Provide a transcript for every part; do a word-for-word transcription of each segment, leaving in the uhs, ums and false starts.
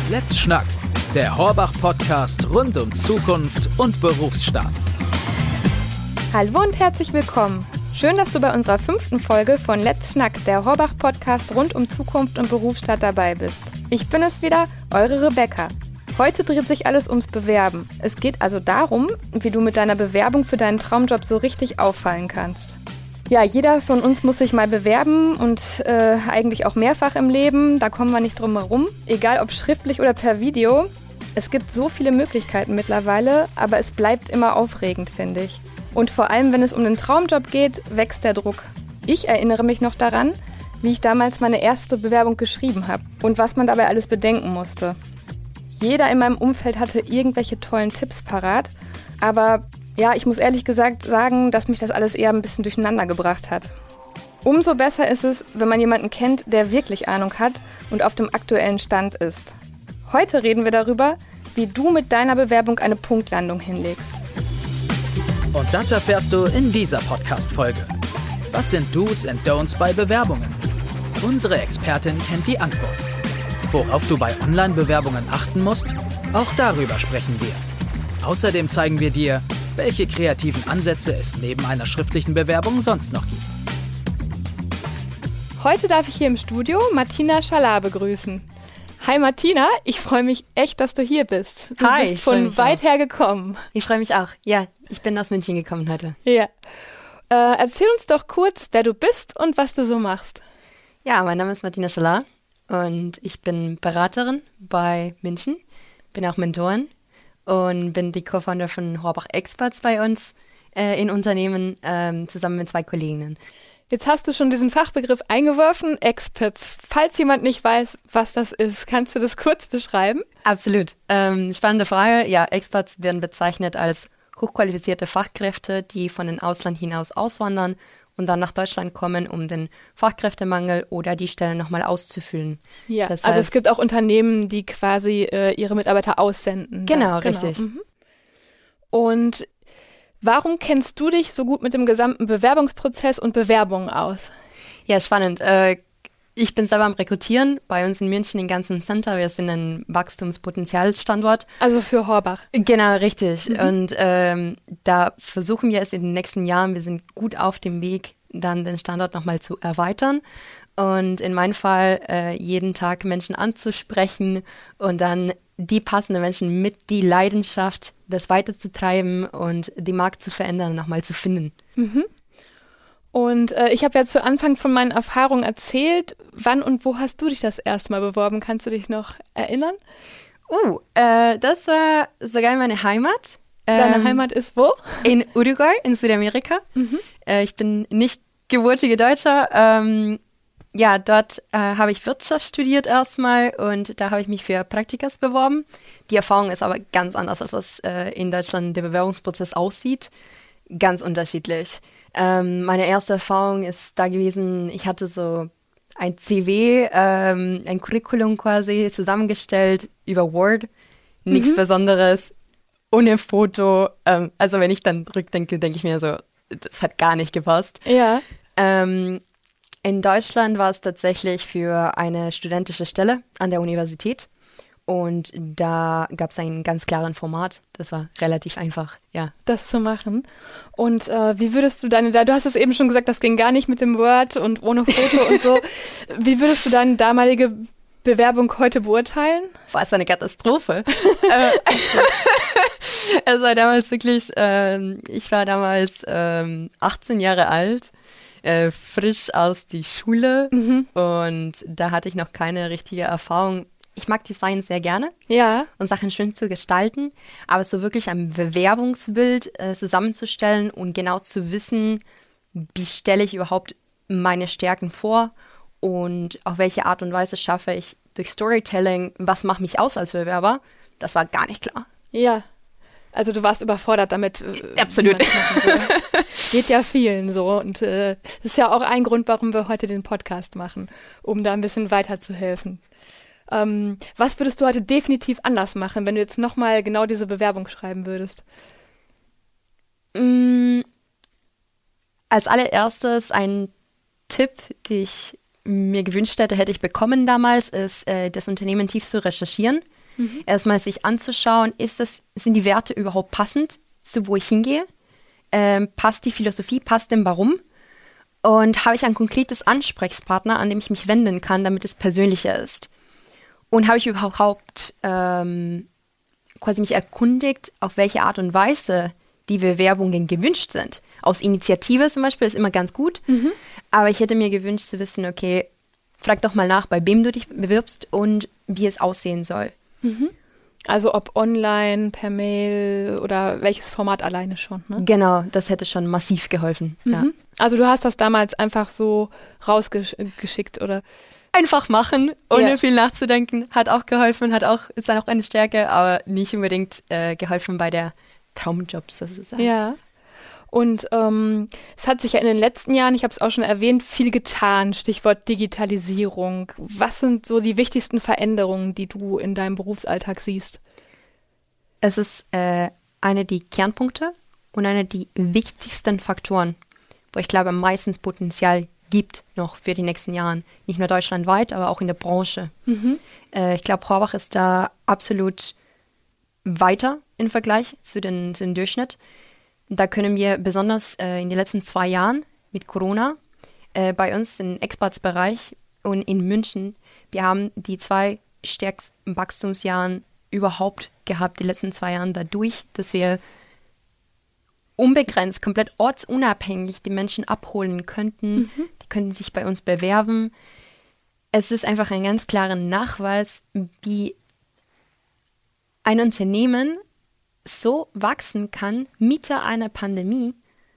Let's Schnack, der Horbach-Podcast rund um Zukunft und Berufsstart. Hallo und herzlich willkommen. Schön, dass du bei unserer fünften Folge von Let's Schnack, der Horbach-Podcast rund um Zukunft und Berufsstart dabei bist. Ich bin es wieder, eure Rebecca. Heute dreht sich alles ums Bewerben. Es geht also darum, wie du mit deiner Bewerbung für deinen Traumjob so richtig auffallen kannst. Ja, jeder von uns muss sich mal bewerben und äh, eigentlich auch mehrfach im Leben. Da kommen wir nicht drum herum. Egal ob schriftlich oder per Video. Es gibt so viele Möglichkeiten mittlerweile, aber es bleibt immer aufregend, finde ich. Und vor allem, wenn es um den Traumjob geht, wächst der Druck. Ich erinnere mich noch daran, wie ich damals meine erste Bewerbung geschrieben habe und was man dabei alles bedenken musste. Jeder in meinem Umfeld hatte irgendwelche tollen Tipps parat, aber ja, ich muss ehrlich gesagt sagen, dass mich das alles eher ein bisschen durcheinander gebracht hat. Umso besser ist es, wenn man jemanden kennt, der wirklich Ahnung hat und auf dem aktuellen Stand ist. Heute reden wir darüber, wie du mit deiner Bewerbung eine Punktlandung hinlegst. Und das erfährst du in dieser Podcast-Folge. Was sind Do's und Don'ts bei Bewerbungen? Unsere Expertin kennt die Antwort. Worauf du bei Online-Bewerbungen achten musst? Auch darüber sprechen wir. Außerdem zeigen wir dir, welche kreativen Ansätze es neben einer schriftlichen Bewerbung sonst noch gibt. Heute darf ich hier im Studio Martina Schalar begrüßen. Hi Martina, ich freue mich echt, dass du hier bist. Du Hi, bist von weit her gekommen. Ich freue mich auch. Ja, ich bin aus München gekommen heute. Ja. Äh, erzähl uns doch kurz, wer du bist und was du so machst. Ja, mein Name ist Martina Schalar und ich bin Beraterin bei München, bin auch Mentorin und bin die Co-Founder von Horbach Experts bei uns äh, in Unternehmen, ähm, zusammen mit zwei Kolleginnen. Jetzt hast du schon diesen Fachbegriff eingeworfen, Experts. Falls jemand nicht weiß, was das ist, kannst du das kurz beschreiben? Absolut. Ähm, spannende Frage. Ja, Experts werden bezeichnet als hochqualifizierte Fachkräfte, die von den Ausland hinaus auswandern und dann nach Deutschland kommen, um den Fachkräftemangel oder die Stellen nochmal auszufüllen. Ja, das also heißt, es gibt auch Unternehmen, die quasi äh, ihre Mitarbeiter aussenden. Genau, da. richtig. Mhm. Und warum kennst du dich so gut mit dem gesamten Bewerbungsprozess und Bewerbungen aus? Ja, spannend. Äh, ich bin selber am Rekrutieren bei uns in München, im ganzen Center. Wir sind ein Wachstumspotenzialstandort. Also für Horbach. Genau, richtig. Mhm. Und ähm, da versuchen wir es in den nächsten Jahren, wir sind gut auf dem Weg, dann den Standort nochmal zu erweitern. Und in meinem Fall äh, jeden Tag Menschen anzusprechen und dann die passenden Menschen mit die Leidenschaft, das weiterzutreiben und den Markt zu verändern, nochmal zu finden. Mhm. Und äh, ich habe ja zu Anfang von meinen Erfahrungen erzählt. Wann und wo hast du dich das erste Mal beworben? Kannst du dich noch erinnern? Uh, äh, das war sogar meine Heimat. Deine ähm, Heimat ist wo? In Uruguay, in Südamerika. Mhm. Äh, ich bin nicht gebürtiger Deutscher. Ähm, ja, dort äh, habe ich Wirtschaft studiert erstmal und da habe ich mich für Praktikas beworben. Die Erfahrung ist aber ganz anders, als was äh, in Deutschland der Bewerbungsprozess aussieht. Ganz unterschiedlich. Ähm, meine erste Erfahrung ist da gewesen, ich hatte so ein C V, ähm, ein Curriculum quasi zusammengestellt über Word. Nichts Mhm. Besonderes, ohne Foto. Ähm, also wenn ich dann rückdenke, denke ich mir so, das hat gar nicht gepasst. Ja. Ähm, in Deutschland war es tatsächlich für eine studentische Stelle an der Universität. Und da gab es einen ganz klaren Format. Das war relativ einfach, ja. Das zu machen. Und äh, wie würdest du deine, du hast es eben schon gesagt, das ging gar nicht mit dem Word und ohne Foto und so. Wie würdest du deine damalige Bewerbung heute beurteilen? War es eine Katastrophe. Es war damals wirklich, ähm, ich war damals ähm, achtzehn Jahre alt, äh, frisch aus der Schule Mhm. und da hatte ich noch keine richtige Erfahrung. Ich mag Design sehr gerne Ja. und Sachen schön zu gestalten, aber so wirklich ein Bewerbungsbild äh, zusammenzustellen und genau zu wissen, wie stelle ich überhaupt meine Stärken vor und auf welche Art und Weise schaffe ich durch Storytelling, was macht mich aus als Bewerber, das war gar nicht klar. Ja. Also du warst überfordert damit. äh, Absolut. wie man das machen soll. Geht ja vielen so. Und äh, das ist ja auch ein Grund, warum wir heute den Podcast machen, um da ein bisschen weiterzuhelfen. Ähm, was würdest du heute definitiv anders machen, wenn du jetzt nochmal genau diese Bewerbung schreiben würdest? Mm, als allererstes ein Tipp, den ich mir gewünscht hätte, hätte ich bekommen damals, ist, äh, das Unternehmen tief zu recherchieren. Mhm. Erstmal sich anzuschauen, ist das, sind die Werte überhaupt passend, zu wo ich hingehe? Ähm, passt die Philosophie, passt dem Warum? Und habe ich ein konkretes Ansprechpartner, an dem ich mich wenden kann, damit es persönlicher ist? Und habe ich überhaupt ähm, quasi mich erkundigt, auf welche Art und Weise die Bewerbungen gewünscht sind? Aus Initiative zum Beispiel ist immer ganz gut, mhm. aber ich hätte mir gewünscht zu wissen, okay, frag doch mal nach, bei wem du dich bewirbst und wie es aussehen soll. Mhm. Also ob online, per Mail oder welches Format alleine schon, ne? Genau, das hätte schon massiv geholfen. Mhm. Ja. Also du hast das damals einfach so rausgeschickt, oder? Einfach machen, ohne ja. viel nachzudenken, hat auch geholfen, hat auch, ist dann auch eine Stärke, aber nicht unbedingt äh, geholfen bei der Traumjobs sozusagen. Ja. Und ähm, es hat sich ja in den letzten Jahren, ich habe es auch schon erwähnt, viel getan, Stichwort Digitalisierung. Was sind so die wichtigsten Veränderungen, die du in deinem Berufsalltag siehst? Es ist äh, eine der Kernpunkte und eine der wichtigsten Faktoren, wo ich glaube, am meisten Potenzial gibt noch für die nächsten Jahre. Nicht nur deutschlandweit, aber auch in der Branche. Mhm. Äh, ich glaube, Horbach ist da absolut weiter im Vergleich zu den, zu dem Durchschnitt. Da können wir besonders äh, in den letzten zwei Jahren mit Corona äh, bei uns im Expertsbereich und in München, wir haben die zwei stärksten Wachstumsjahren überhaupt gehabt, die letzten zwei Jahre dadurch, dass wir unbegrenzt, komplett ortsunabhängig die Menschen abholen könnten. Mhm. Die könnten sich bei uns bewerben. Es ist einfach ein ganz klarer Nachweis, wie ein Unternehmen so wachsen kann Mitte einer Pandemie.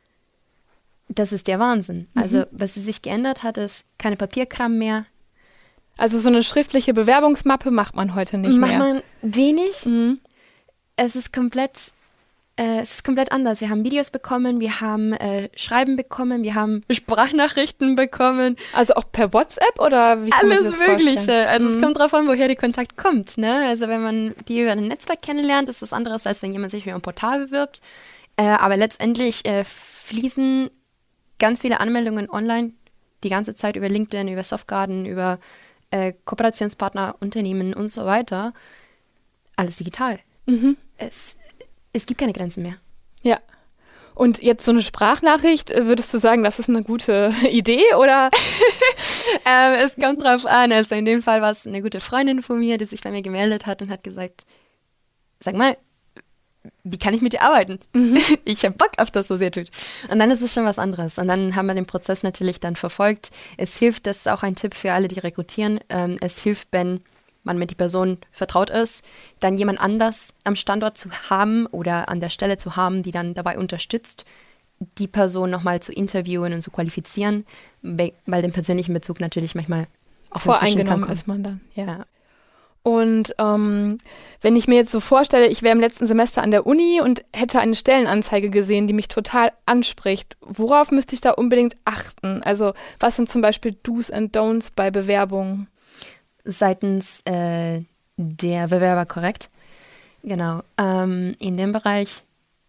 Das ist der Wahnsinn. Mhm. Also was sich geändert hat, ist keine Papierkram mehr. Also so eine schriftliche Bewerbungsmappe macht man heute nicht macht mehr. Macht man wenig. Mhm. Es ist komplett äh, es ist komplett anders. Wir haben Videos bekommen, wir haben äh, Schreiben bekommen, wir haben Sprachnachrichten bekommen. Also auch per WhatsApp oder wie kann man Alles das Mögliche. vorstellen? Also mhm. es kommt drauf an, woher der Kontakt kommt. Ne? Also wenn man die über ein Netzwerk kennenlernt, ist das anderes, als wenn jemand sich über ein Portal bewirbt. Äh, aber letztendlich äh, fließen ganz viele Anmeldungen online die ganze Zeit über LinkedIn, über Softgarden, über äh, Kooperationspartner, Unternehmen und so weiter. Alles digital. Mhm. Es, es gibt keine Grenzen mehr. Ja. Und jetzt so eine Sprachnachricht, würdest du sagen, das ist eine gute Idee, oder? ähm, es kommt drauf an. Also in dem Fall war es eine gute Freundin von mir, die sich bei mir gemeldet hat und hat gesagt, sag mal, wie kann ich mit dir arbeiten? Mhm. Ich habe Bock auf das, was ihr tut. Und dann ist es schon was anderes. Und dann haben wir den Prozess natürlich dann verfolgt. Es hilft, das ist auch ein Tipp für alle, die rekrutieren, ähm, es hilft, wenn man mit die Person vertraut ist, dann jemand anders am Standort zu haben oder an der Stelle zu haben, die dann dabei unterstützt, die Person nochmal zu interviewen und zu qualifizieren, weil den persönlichen Bezug natürlich manchmal auch voreingenommen ist man dann, ja. ja. Und ähm, wenn ich mir jetzt so vorstelle, ich wäre im letzten Semester an der Uni und hätte eine Stellenanzeige gesehen, die mich total anspricht, worauf müsste ich da unbedingt achten? Also was sind zum Beispiel Do's and Don'ts bei Bewerbungen? Seitens äh, der Bewerber, korrekt? Genau. Ähm, in dem Bereich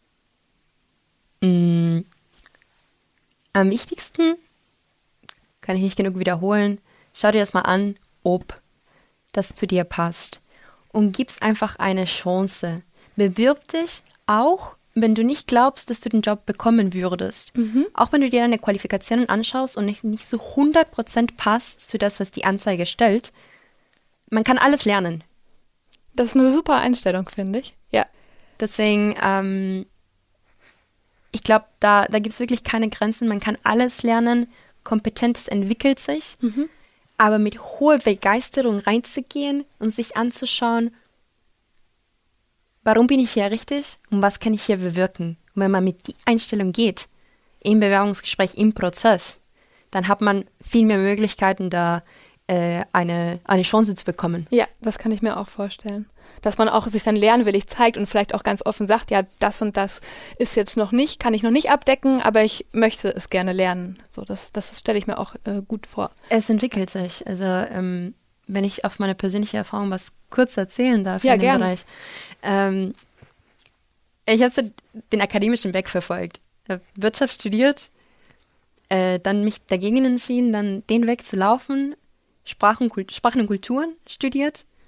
mh, am wichtigsten, kann ich nicht genug wiederholen, schau dir das mal an, ob das zu dir passt. Und gib's einfach eine Chance. Bewirb dich auch, wenn du nicht glaubst, dass du den Job bekommen würdest. Mhm. Auch wenn du dir deine Qualifikationen anschaust und nicht, nicht so hundert Prozent passt zu das, was die Anzeige stellt. Man kann alles lernen. Das ist eine super Einstellung, finde ich. Ja. Deswegen, ähm, ich glaube, da, da gibt es wirklich keine Grenzen. Man kann alles lernen. Kompetenz entwickelt sich. Mhm. Aber mit hoher Begeisterung reinzugehen und sich anzuschauen, warum bin ich hier richtig und was kann ich hier bewirken? Und wenn man mit die Einstellung geht, im Bewerbungsgespräch, im Prozess, dann hat man viel mehr Möglichkeiten, da äh, eine, eine Chance zu bekommen. Ja, das kann ich mir auch vorstellen. Dass man auch sich dann lernwillig zeigt und vielleicht auch ganz offen sagt, ja, das und das ist jetzt noch nicht, kann ich noch nicht abdecken, aber ich möchte es gerne lernen. So, das, das stelle ich mir auch äh, gut vor. Es entwickelt sich. Also ähm, wenn ich auf meine persönliche Erfahrung was kurz erzählen darf ja, in dem gerne. Bereich. Ähm, ich habe den akademischen Weg verfolgt. Ich habe Wirtschaft studiert, äh, dann mich dagegen entschieden, dann den Weg zu laufen, Sprachen, Kult- Sprachen und Kulturen studiert.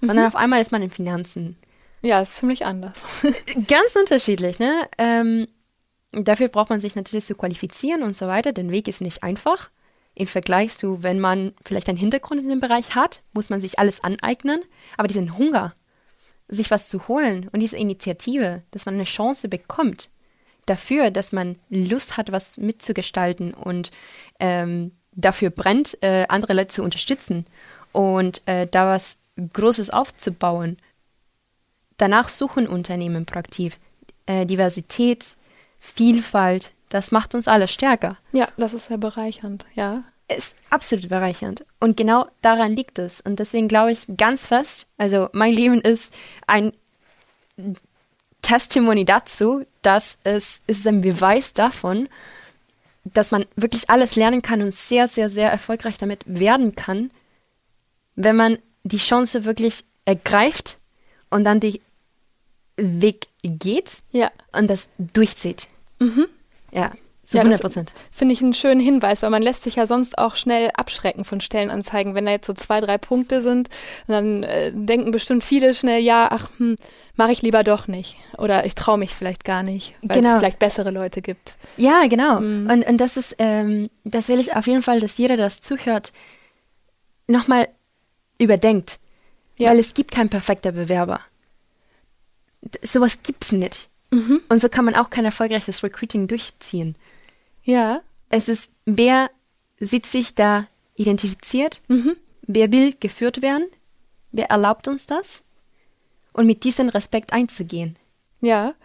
Mhm. Und dann auf einmal ist man in Finanzen. Ja, ist ziemlich anders. Ganz unterschiedlich, ne? Ähm, dafür braucht man sich natürlich zu qualifizieren und so weiter. Der Weg ist nicht einfach. Im Vergleich zu, wenn man vielleicht einen Hintergrund in dem Bereich hat, muss man sich alles aneignen. Aber diesen Hunger, sich was zu holen und diese Initiative, dass man eine Chance bekommt dafür, dass man Lust hat, was mitzugestalten und ähm, dafür brennt, äh, andere Leute zu unterstützen und äh, da was Großes aufzubauen. Danach suchen Unternehmen proaktiv. Äh, Diversität, Vielfalt, das macht uns alle stärker. Ja, das ist sehr bereichernd, ja. Ist absolut bereichernd. Und genau daran liegt es. Und deswegen glaube ich ganz fest, also mein Leben ist ein Testimony dazu, dass es, es ist ein Beweis davon, dass man wirklich alles lernen kann und sehr, sehr, sehr erfolgreich damit werden kann, wenn man die Chance wirklich ergreift und dann den Weg geht ja. und das durchzieht. Mhm. Ja, so ja, hundert Prozent. Finde ich einen schönen Hinweis, weil man lässt sich ja sonst auch schnell abschrecken von Stellenanzeigen. Wenn da jetzt so zwei, drei Punkte sind, dann äh, denken bestimmt viele schnell, ja, ach, hm, mache ich lieber doch nicht. Oder ich traue mich vielleicht gar nicht, weil genau. es vielleicht bessere Leute gibt. Ja, genau. Mhm. Und, und das ist, ähm, das will ich auf jeden Fall, dass jeder, der das zuhört, nochmal überdenkt. Ja. Weil es gibt keinen perfekten Bewerber. Sowas gibt's nicht. Mhm. Und so kann man auch kein erfolgreiches Recruiting durchziehen. Ja. Es ist, wer sieht sich da identifiziert, mhm. wer will geführt werden, wer erlaubt uns das und mit diesem Respekt einzugehen. Ja.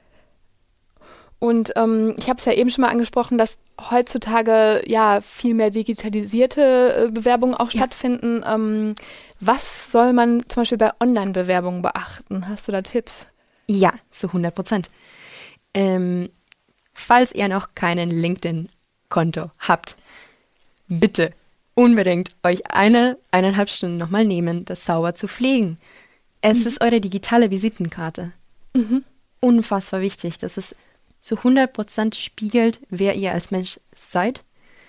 Und ähm, ich habe es ja eben schon mal angesprochen, dass heutzutage ja viel mehr digitalisierte äh, Bewerbungen auch ja. stattfinden. Ähm, was soll man zum Beispiel bei Online-Bewerbungen beachten? Hast du da Tipps? Ja, zu hundert Prozent. Ähm, falls ihr noch keinen LinkedIn-Konto habt, bitte unbedingt euch eine, eineinhalb Stunden nochmal nehmen, das sauber zu pflegen. Es mhm. ist eure digitale Visitenkarte. Mhm. Unfassbar wichtig, dass es zu hundert Prozent spiegelt, wer ihr als Mensch seid.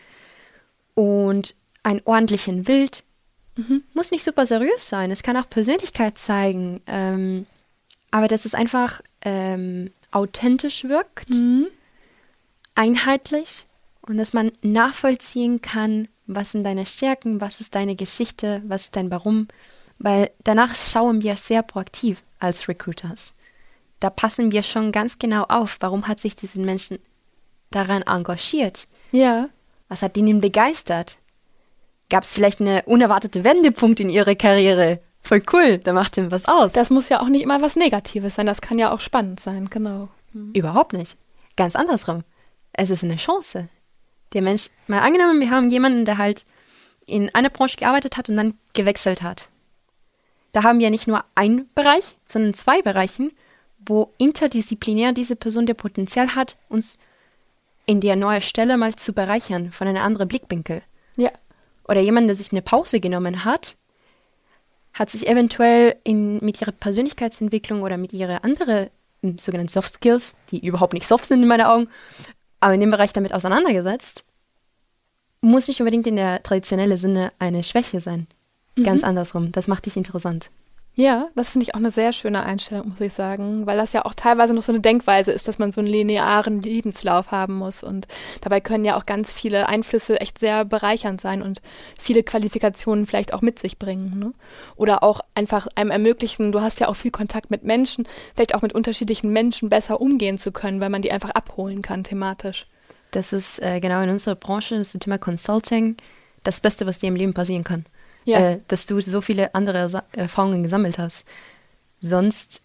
Und einen ordentlichen Bild mhm. muss nicht super seriös sein. Es kann auch Persönlichkeit zeigen. Ähm, aber dass es einfach ähm, authentisch wirkt, mhm. einheitlich und dass man nachvollziehen kann, was sind deine Stärken, was ist deine Geschichte, was ist dein Warum. Weil danach schauen wir sehr proaktiv als Recruiters. Da passen wir schon ganz genau auf, warum hat sich diesen Menschen daran engagiert? Ja. Was hat ihn begeistert? Gab es vielleicht einen unerwarteten Wendepunkt in ihrer Karriere? Voll cool, da macht ihm was aus. Das muss ja auch nicht immer was Negatives sein, das kann ja auch spannend sein, genau. Mhm. Überhaupt nicht. Ganz andersrum. Es ist eine Chance. Der Mensch, mal angenommen, wir haben jemanden, der halt in einer Branche gearbeitet hat und dann gewechselt hat. Da haben wir nicht nur einen Bereich, sondern zwei Bereichen, wo interdisziplinär diese Person der Potenzial hat, uns in der neuen Stelle mal zu bereichern, von einem anderen Blickwinkel. Ja. Oder jemand, der sich eine Pause genommen hat, hat sich eventuell in, mit ihrer Persönlichkeitsentwicklung oder mit ihrer anderen sogenannten Soft Skills, die überhaupt nicht soft sind in meinen Augen, aber in dem Bereich damit auseinandergesetzt, muss nicht unbedingt in der traditionellen Sinne eine Schwäche sein. Mhm. Ganz andersrum. Das macht dich interessant. Ja, das finde ich auch eine sehr schöne Einstellung, muss ich sagen, weil das ja auch teilweise noch so eine Denkweise ist, dass man so einen linearen Lebenslauf haben muss und dabei können ja auch ganz viele Einflüsse echt sehr bereichernd sein und viele Qualifikationen vielleicht auch mit sich bringen, ne? Oder auch einfach einem ermöglichen, du hast ja auch viel Kontakt mit Menschen, vielleicht auch mit unterschiedlichen Menschen besser umgehen zu können, weil man die einfach abholen kann thematisch. Das ist äh, genau in unserer Branche, das Thema Consulting, das Beste, was dir im Leben passieren kann. Ja. Äh, dass du so viele andere Sa- Erfahrungen gesammelt hast. Sonst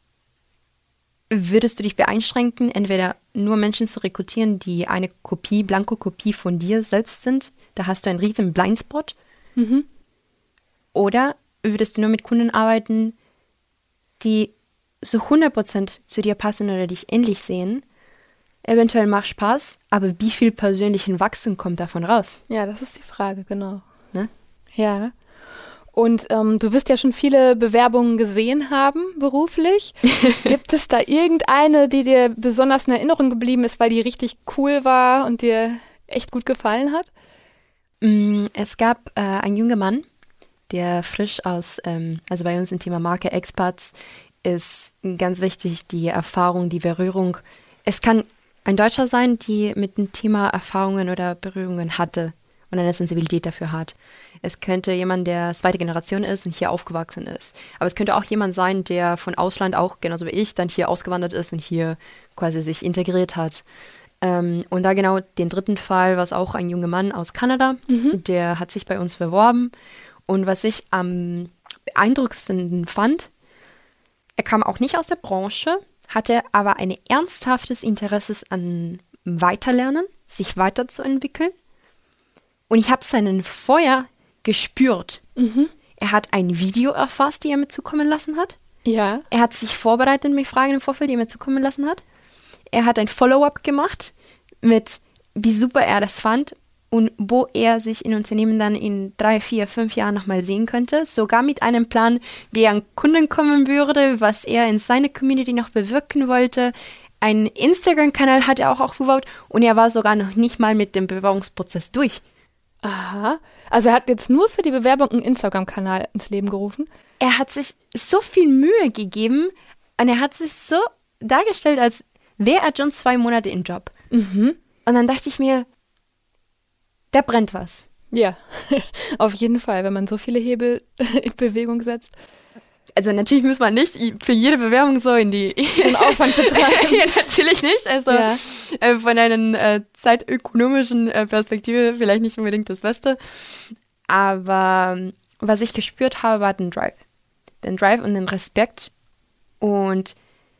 würdest du dich beeinschränken, entweder nur Menschen zu rekrutieren, die eine Kopie, Blankokopie von dir selbst sind. Da hast du einen riesen Blindspot. Mhm. Oder würdest du nur mit Kunden arbeiten, die so hundert Prozent zu dir passen oder dich ähnlich sehen. Eventuell macht Spaß, aber wie viel persönlichen Wachstum kommt davon raus? Ja, das ist die Frage, genau. Ne? Ja. Und ähm, du wirst ja schon viele Bewerbungen gesehen haben, beruflich. Gibt es da irgendeine, die dir besonders in Erinnerung geblieben ist, weil die richtig cool war und dir echt gut gefallen hat? Es gab äh, einen jungen Mann, der frisch aus, ähm, also bei uns im Thema Marke Expats, ist ganz wichtig die Erfahrung, die Berührung. Es kann ein Deutscher sein, die mit dem Thema Erfahrungen oder Berührungen hatte und eine Sensibilität dafür hat. Es könnte jemand, der zweite Generation ist und hier aufgewachsen ist. Aber es könnte auch jemand sein, der von Ausland auch, genauso wie ich, dann hier ausgewandert ist und hier quasi sich integriert hat. Ähm, und da genau den dritten Fall, was auch ein junger Mann aus Kanada, mhm. der hat sich bei uns beworben. Und was ich am beeindruckendsten fand, er kam auch nicht aus der Branche, hatte aber ein ernsthaftes Interesse an Weiterlernen, sich weiterzuentwickeln. Und ich habe seinen Feuer gespürt. Mhm. Er hat ein Video erfasst, die er mir zukommen lassen hat. Ja. Er hat sich vorbereitet mit Fragen im Vorfeld, die er mir zukommen lassen hat. Er hat ein Follow-up gemacht mit, wie super er das fand und wo er sich in Unternehmen dann in drei, vier, fünf Jahren nochmal sehen könnte. Sogar mit einem Plan, wie er an Kunden kommen würde, was er in seiner Community noch bewirken wollte. Einen Instagram-Kanal hat er auch aufgebaut und er war sogar noch nicht mal mit dem Bewerbungsprozess durch. Aha. Also er hat jetzt nur für die Bewerbung einen Instagram-Kanal ins Leben gerufen? Er hat sich so viel Mühe gegeben und er hat sich so dargestellt, als wäre er schon zwei Monate im Job. Mhm. Und dann dachte ich mir, da brennt was. Ja, auf jeden Fall, wenn man so viele Hebel in Bewegung setzt. Also natürlich muss man nicht für jede Bewerbung so in die den Aufwand betreiben. Ja, natürlich nicht. Also ja. äh, von einer äh, zeitökonomischen äh, Perspektive vielleicht nicht unbedingt das Beste. Aber ähm, was ich gespürt habe, war den Drive. Den Drive und den Respekt und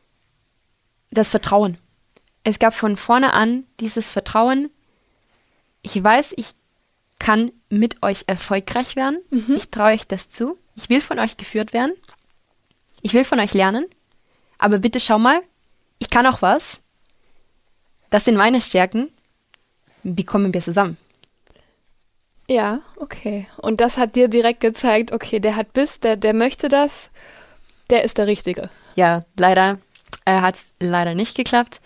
das Vertrauen. Es gab von vorne an dieses Vertrauen. Ich weiß, ich kann mit euch erfolgreich werden. Mhm. Ich traue euch das zu. Ich will von euch geführt werden. Ich will von euch lernen, aber bitte schau mal, ich kann auch was. Das sind meine Stärken. Wie kommen wir zusammen? Ja, okay. Und das hat dir direkt gezeigt, okay, der hat Biss, der, der möchte das, der ist der Richtige. Ja, leider äh, hat es leider nicht geklappt.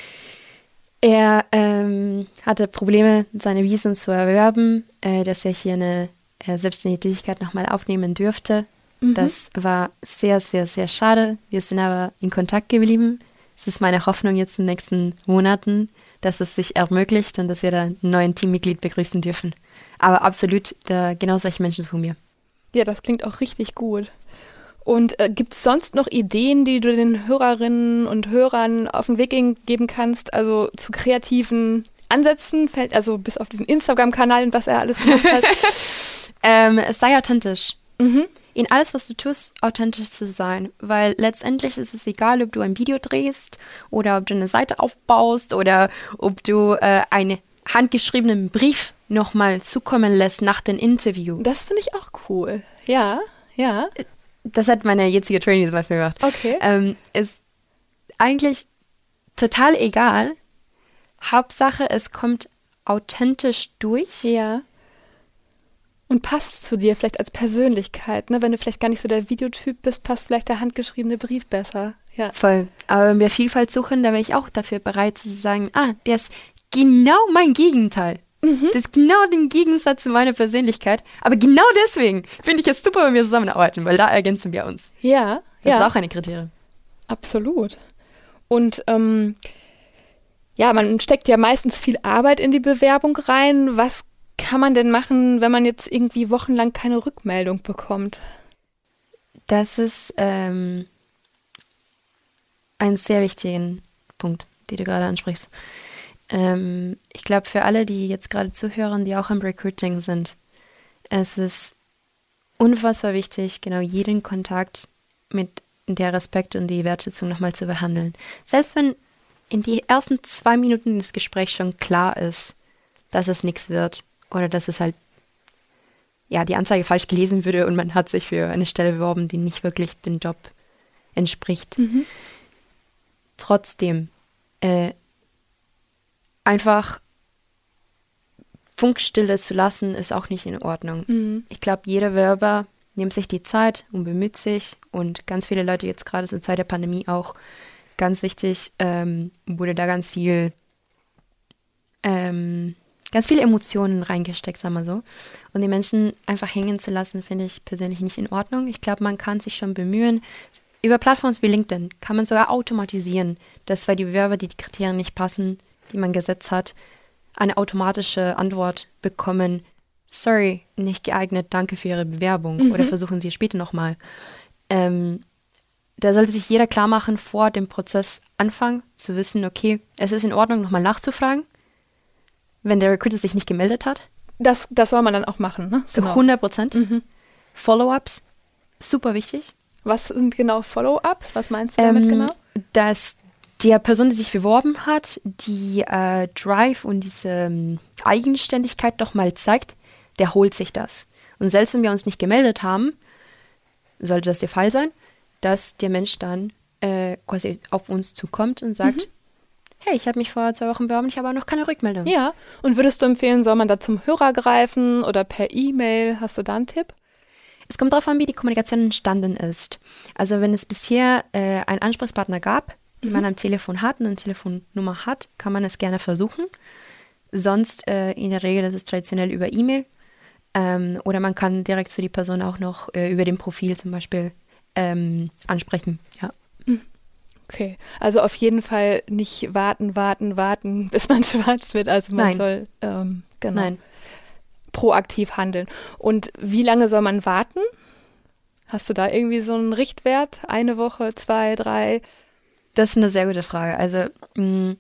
Er ähm, hatte Probleme, seine Visum zu erwerben, äh, dass er hier eine äh, selbstständige Tätigkeit nochmal aufnehmen dürfte. Mhm. Das war sehr, sehr, sehr schade. Wir sind aber in Kontakt geblieben. Es ist meine Hoffnung jetzt in den nächsten Monaten, dass es sich ermöglicht und dass wir da einen neuen Teammitglied begrüßen dürfen. Aber absolut, da, genau solche Menschen von mir. Ja, das klingt auch richtig gut. Und äh, gibt es sonst noch Ideen, die du den Hörerinnen und Hörern auf den Weg geben kannst, also zu kreativen Ansätzen, fällt also bis auf diesen Instagram-Kanal und was er alles gemacht hat? ähm, sei authentisch. Mhm. In alles, was du tust, authentisch zu sein. Weil letztendlich ist es egal, ob du ein Video drehst oder ob du eine Seite aufbaust oder ob du äh, einen handgeschriebenen Brief nochmal zukommen lässt nach dem Interview. Das finde ich auch cool. Ja, ja. Das hat meine jetzige Trainee zum Beispiel gemacht. Okay. Ähm, ist eigentlich total egal. Hauptsache, es kommt authentisch durch. Ja. Und passt zu dir vielleicht als Persönlichkeit, ne? Wenn du vielleicht gar nicht so der Videotyp bist, passt vielleicht der handgeschriebene Brief besser. Ja. Voll. Aber wenn wir Vielfalt suchen, da wäre ich auch dafür bereit zu sagen, ah, der ist genau mein Gegenteil. Mhm. Das ist genau den Gegensatz zu meiner Persönlichkeit. Aber genau deswegen finde ich es super, wenn wir zusammenarbeiten, weil da ergänzen wir uns. Ja. Das ja. ist auch eine Kriterium. Absolut. Und ähm, ja, man steckt ja meistens viel Arbeit in die Bewerbung rein. Was kann man denn machen, wenn man jetzt irgendwie wochenlang keine Rückmeldung bekommt? Das ist ähm, ein sehr wichtiger Punkt, den du gerade ansprichst. Ähm, ich glaube, für alle, die jetzt gerade zuhören, die auch im Recruiting sind, es ist unfassbar wichtig, genau jeden Kontakt mit der Respekt und die Wertschätzung nochmal zu behandeln. Selbst wenn in die ersten zwei Minuten des Gesprächs schon klar ist, dass es nichts wird oder dass es halt, ja, die Anzeige falsch gelesen würde und man hat sich für eine Stelle beworben, die nicht wirklich dem Job entspricht. Mhm. Trotzdem, äh, einfach Funkstille zu lassen, ist auch nicht in Ordnung. Mhm. Ich glaube, jeder Bewerber nimmt sich die Zeit und bemüht sich und ganz viele Leute jetzt gerade zur Zeit der Pandemie auch, ganz wichtig, ähm, wurde da ganz viel ähm, ganz viele Emotionen reingesteckt, sagen wir so. Und die Menschen einfach hängen zu lassen, finde ich persönlich nicht in Ordnung. Ich glaube, man kann sich schon bemühen. Über Plattformen wie LinkedIn kann man sogar automatisieren, dass, weil die Bewerber, die die Kriterien nicht passen, die man gesetzt hat, eine automatische Antwort bekommen. Sorry, nicht geeignet, danke für Ihre Bewerbung. Mhm. Oder versuchen Sie es später nochmal. Ähm, da sollte sich jeder klar machen, vor dem Prozess anfangen, zu wissen, okay, es ist in Ordnung, nochmal nachzufragen, wenn der Recruiter sich nicht gemeldet hat. Das, das soll man dann auch machen, ne? Zu genau. hundert Prozent. Mhm. Follow-ups, super wichtig. Was sind genau Follow-ups? Was meinst du damit ähm, genau? Dass der Person, die sich beworben hat, die äh, Drive und diese ähm, Eigenständigkeit doch mal zeigt, der holt sich das. Und selbst wenn wir uns nicht gemeldet haben, sollte das der Fall sein, dass der Mensch dann äh, quasi auf uns zukommt und sagt, mhm. hey, ich habe mich vor zwei Wochen beworben, ich habe aber noch keine Rückmeldung. Ja, und würdest du empfehlen, soll man da zum Hörer greifen oder per E-Mail? Hast du da einen Tipp? Es kommt darauf an, wie die Kommunikation entstanden ist. Also wenn es bisher äh, einen Ansprechpartner gab, den mhm. man am Telefon hat und eine Telefonnummer hat, kann man es gerne versuchen. Sonst äh, in der Regel ist es traditionell über E-Mail. Ähm, oder man kann direkt zu die Person auch noch äh, über dem Profil zum Beispiel ähm, ansprechen. Ja. Okay, also auf jeden Fall nicht warten, warten, warten, bis man schwarz wird. Also man Nein. soll ähm, genau Nein. proaktiv handeln. Und wie lange soll man warten? Hast du da irgendwie so einen Richtwert? Eine Woche, zwei, drei? Das ist eine sehr gute Frage. Also mh,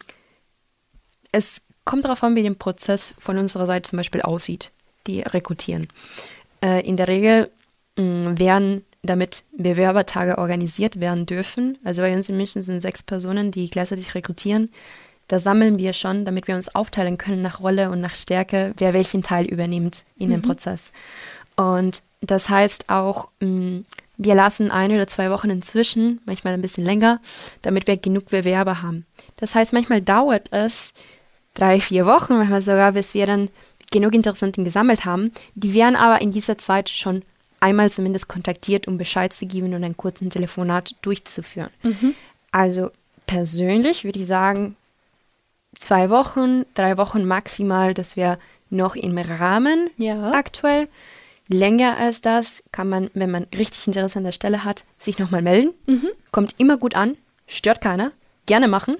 es kommt darauf an, wie der Prozess von unserer Seite zum Beispiel aussieht, die rekrutieren. Äh, in der Regel mh, werden damit Bewerbertage organisiert werden dürfen. Also bei uns in München sind sechs Personen, die gleichzeitig rekrutieren. Da sammeln wir schon, damit wir uns aufteilen können nach Rolle und nach Stärke, wer welchen Teil übernimmt in mhm. dem Prozess. Und das heißt auch, mh, wir lassen eine oder zwei Wochen inzwischen, manchmal ein bisschen länger, damit wir genug Bewerber haben. Das heißt, manchmal dauert es drei, vier Wochen, manchmal sogar, bis wir dann genug Interessenten gesammelt haben. Die werden aber in dieser Zeit schon einmal zumindest kontaktiert, um Bescheid zu geben und einen kurzen Telefonat durchzuführen. Mhm. Also persönlich würde ich sagen, zwei Wochen, drei Wochen maximal, das wäre noch im Rahmen ja. aktuell. Länger als das kann man, wenn man richtig Interesse an der Stelle hat, sich nochmal melden. Mhm. Kommt immer gut an, stört keiner, gerne machen.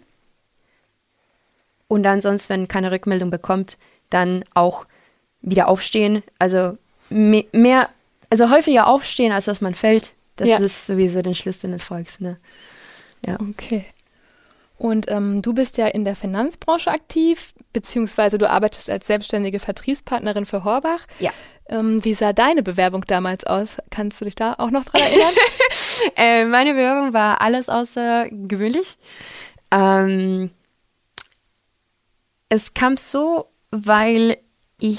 Und dann sonst, wenn keine Rückmeldung bekommt, dann auch wieder aufstehen. Also me- mehr Also häufiger aufstehen, als dass man fällt, das ja. ist sowieso der Schlüssel des Erfolgs. Ne? Ja. Okay. Und ähm, du bist ja in der Finanzbranche aktiv, beziehungsweise du arbeitest als selbstständige Vertriebspartnerin für Horbach. Ja. Ähm, wie sah deine Bewerbung damals aus? Kannst du dich da auch noch dran erinnern? äh, meine Bewerbung war alles außergewöhnlich. Ähm, es kam so, weil ich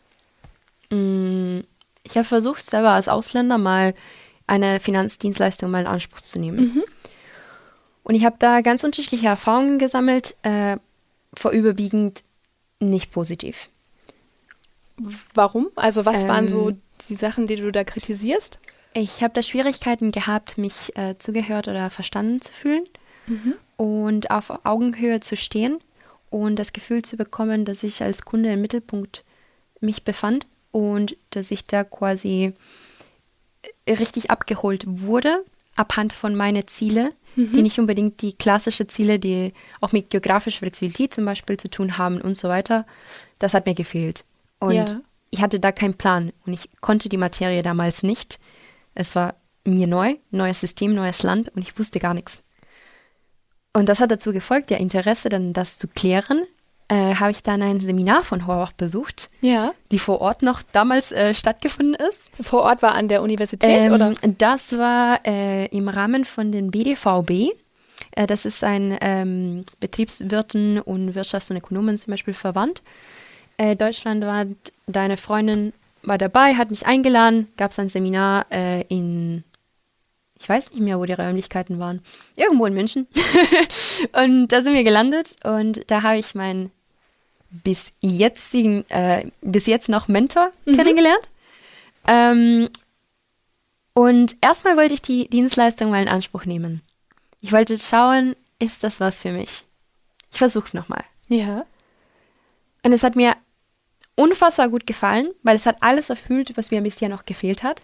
mh, Ich habe versucht, selber als Ausländer mal eine Finanzdienstleistung mal in Anspruch zu nehmen. Mhm. Und ich habe da ganz unterschiedliche Erfahrungen gesammelt, äh, vorüberwiegend nicht positiv. Warum? Also was ähm, waren so die Sachen, die du da kritisierst? Ich habe da Schwierigkeiten gehabt, mich äh, zugehört oder verstanden zu fühlen mhm. und auf Augenhöhe zu stehen und das Gefühl zu bekommen, dass ich als Kunde im Mittelpunkt mich befand. Und dass ich da quasi richtig abgeholt wurde, abhand von meinen Zielen, mhm. die nicht unbedingt die klassischen Ziele, die auch mit geografischer Flexibilität zum Beispiel zu tun haben und so weiter. Das hat mir gefehlt. Und ja. ich hatte da keinen Plan und ich konnte die Materie damals nicht. Es war mir neu, neues System, neues Land und ich wusste gar nichts. Und das hat dazu gefolgt, ja, Interesse, dann das zu klären. Äh, habe ich dann ein Seminar von Horbach besucht, ja. die vor Ort noch damals äh, stattgefunden ist. Vor Ort war an der Universität, ähm, oder? Das war äh, im Rahmen von den B D V B. Äh, das ist ein ähm, Betriebswirten und Wirtschafts- und Ökonomen zum Beispiel Verband. Äh, Deutschland war, deine Freundin war dabei, hat mich eingeladen, gab es ein Seminar äh, in, ich weiß nicht mehr, wo die Räumlichkeiten waren, irgendwo in München. Und da sind wir gelandet und da habe ich meinen bis jetzigen, äh, bis jetzt noch Mentor mhm. kennengelernt. Ähm, und erstmal wollte ich die Dienstleistung mal in Anspruch nehmen. Ich wollte schauen, ist das was für mich? Ich versuche es nochmal. Ja. Und es hat mir unfassbar gut gefallen, weil es hat alles erfüllt, was mir bisher noch gefehlt hat.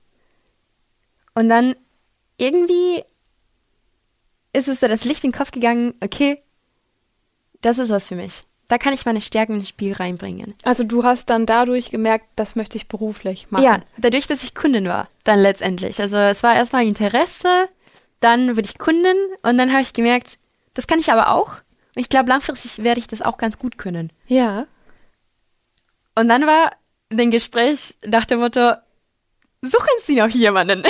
Und dann irgendwie ist es so das Licht in den Kopf gegangen, okay, das ist was für mich. Da kann ich meine Stärken ins Spiel reinbringen. Also du hast dann dadurch gemerkt, das möchte ich beruflich machen. Ja, dadurch, dass ich Kundin war, dann letztendlich. Also es war erstmal Interesse, dann wurde ich Kundin und dann habe ich gemerkt, das kann ich aber auch. Und ich glaube, langfristig werde ich das auch ganz gut können. Ja. Und dann war ein Gespräch nach dem Motto, suchen Sie noch jemanden?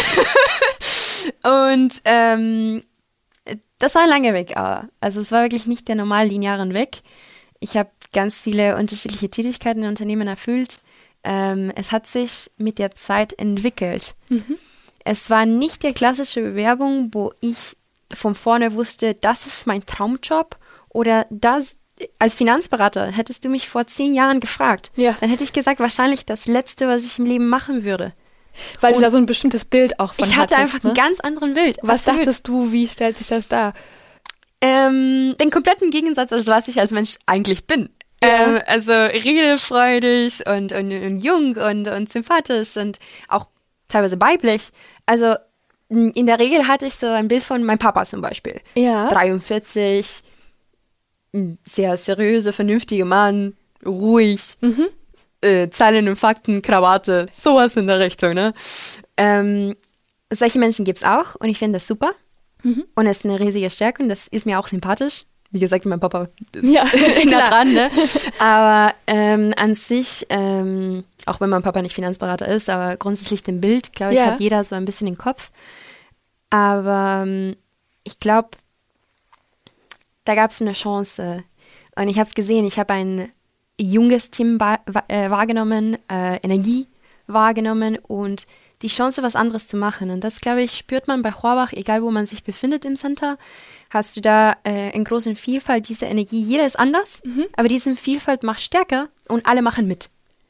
Und ähm, das war ein langer Weg, aber also es war wirklich nicht der normal linearen Weg. Ich habe ganz viele unterschiedliche Tätigkeiten in Unternehmen erfüllt. Ähm, es hat sich mit der Zeit entwickelt. Mhm. Es war nicht die klassische Bewerbung, wo ich von vorne wusste, das ist mein Traumjob oder das. Als Finanzberater hättest du mich vor zehn Jahren gefragt. Ja. Dann hätte ich gesagt, wahrscheinlich das Letzte, was ich im Leben machen würde. Weil Und du da so ein bestimmtes Bild auch von ich hatte hattest, einfach ne? ein ganz anderes Bild. Was Absolut. dachtest du, wie stellt sich das dar? Ähm, den kompletten Gegensatz, als was ich als Mensch eigentlich bin. Ja. Ähm, also redefreudig und, und, und jung und, und sympathisch und auch teilweise weiblich. Also in der Regel hatte ich so ein Bild von meinem Papa zum Beispiel. Ja. dreiundvierzig, ein sehr seriöser, vernünftiger Mann, ruhig, Mhm. äh, Zahlen und Fakten, Krawatte, sowas in der Richtung, ne? Ähm, solche Menschen gibt's auch und ich finde das super. Mhm. Und es ist eine riesige Stärke und das ist mir auch sympathisch. Wie gesagt, mein Papa ist Ja, nah dran, ne? Aber ähm, an sich, ähm, auch wenn mein Papa nicht Finanzberater ist, aber grundsätzlich dem Bild, glaube ich, Ja. hat jeder so ein bisschen den Kopf. Aber ähm, ich glaube, da gab es eine Chance. Und ich habe es gesehen, ich habe ein junges Team wa- wa- äh, wahrgenommen, äh, Energie wahrgenommen und die Chance, was anderes zu machen. Und das, glaube ich, spürt man bei Horbach, egal wo man sich befindet im Center, hast du da äh, in großen Vielfalt diese Energie. Jeder ist anders, mhm. aber diese Vielfalt macht stärker und alle machen mit.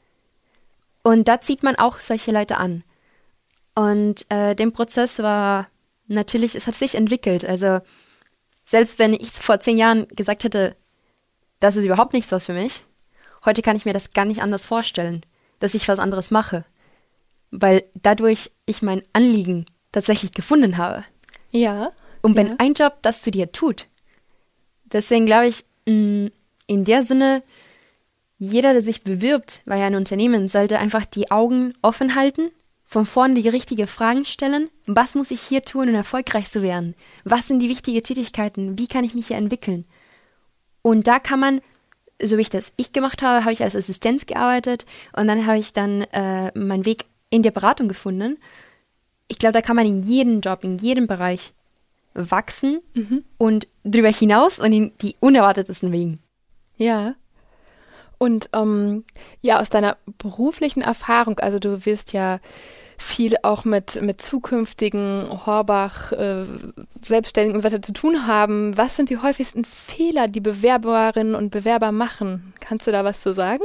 Und da zieht man auch solche Leute an. Und äh, der Prozess war natürlich, es hat sich entwickelt. Also selbst wenn ich vor zehn Jahren gesagt hätte, das ist überhaupt nichts was für mich, heute kann ich mir das gar nicht anders vorstellen, dass ich was anderes mache. Weil dadurch ich mein Anliegen tatsächlich gefunden habe. Ja. Und wenn ja. ein Job das zu dir tut, deswegen glaube ich, in der Sinne, jeder, der sich bewirbt bei einem Unternehmen, sollte einfach die Augen offen halten, von vorn die richtigen Fragen stellen. Was muss ich hier tun, um erfolgreich zu werden? Was sind die wichtigen Tätigkeiten? Wie kann ich mich hier entwickeln? Und da kann man, so wie ich das ich gemacht habe, habe ich als Assistenz gearbeitet und dann habe ich dann äh, meinen Weg in der Beratung gefunden. Ich glaube, da kann man in jedem Job, in jedem Bereich wachsen mhm. und darüber hinaus und in die unerwartetesten Wegen. Ja. Und ähm, ja, aus deiner beruflichen Erfahrung, also du wirst ja viel auch mit, mit zukünftigen Horbach, äh, Selbstständigen und so weiter zu tun haben. Was sind die häufigsten Fehler, die Bewerberinnen und Bewerber machen? Kannst du da was zu sagen?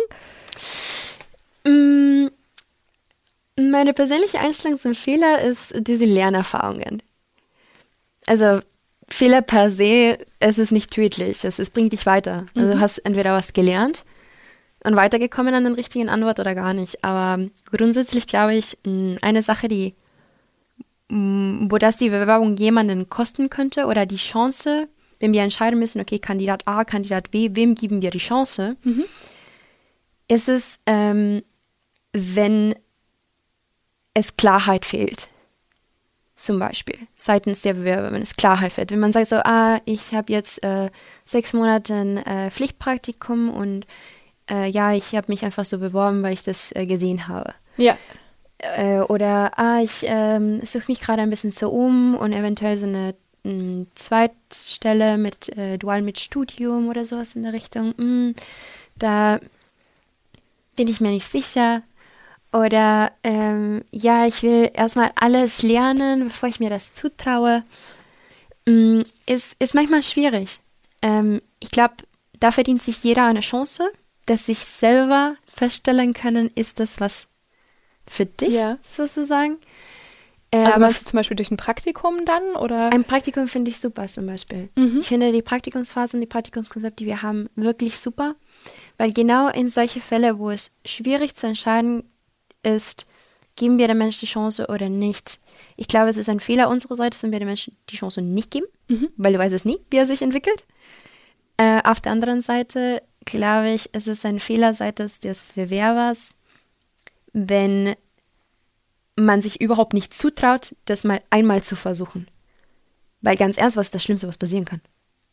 Mm, meine persönliche Einstellung zum Fehler ist diese Lernerfahrungen. Also Fehler per se, es ist nicht tödlich, es, es bringt dich weiter. Also mhm. du hast entweder was gelernt und weitergekommen an den richtigen Antwort oder gar nicht. Aber grundsätzlich glaube ich, eine Sache, die, wo das die Bewerbung jemanden kosten könnte oder die Chance, wenn wir entscheiden müssen, okay, Kandidat A, Kandidat B, wem geben wir die Chance, mhm. ist es, ähm, wenn es Klarheit fehlt. Zum Beispiel seitens der Bewerber, wenn es Klarheit fehlt. Wenn man sagt so, ah, ich habe jetzt äh, sechs Monate ein äh, Pflichtpraktikum und äh, ja, ich habe mich einfach so beworben, weil ich das äh, gesehen habe. Ja. Äh, oder, ah, ich ähm, suche mich gerade ein bisschen so um und eventuell so eine m, Zweitstelle mit äh, Dual mit Studium oder sowas in der Richtung. Mm, da bin ich mir nicht sicher. Oder, ähm, ja, ich will erstmal alles lernen, bevor ich mir das zutraue. Mm, ist, ist manchmal schwierig. Ähm, ich glaube, da verdient sich jeder eine Chance, dass sich selber feststellen können, ist das was für dich, ja. sozusagen. Äh, also aber meinst du zum Beispiel durch ein Praktikum dann? Oder? Ein Praktikum finde ich super zum Beispiel. Mhm. Ich finde die Praktikumsphasen, die Praktikumskonzepte, die wir haben, wirklich super. Weil genau in solche Fälle, wo es schwierig zu entscheiden ist, geben wir dem Menschen die Chance oder nicht. Ich glaube, es ist ein Fehler unsererseits, wenn wir dem Menschen die Chance nicht geben, mhm. weil du weißt es nie, wie er sich entwickelt. Äh, auf der anderen Seite glaube ich, es ist ein Fehler seitens des Bewerbers, wenn man sich überhaupt nicht zutraut, das mal einmal zu versuchen. Weil ganz ernst, was ist das Schlimmste, was passieren kann?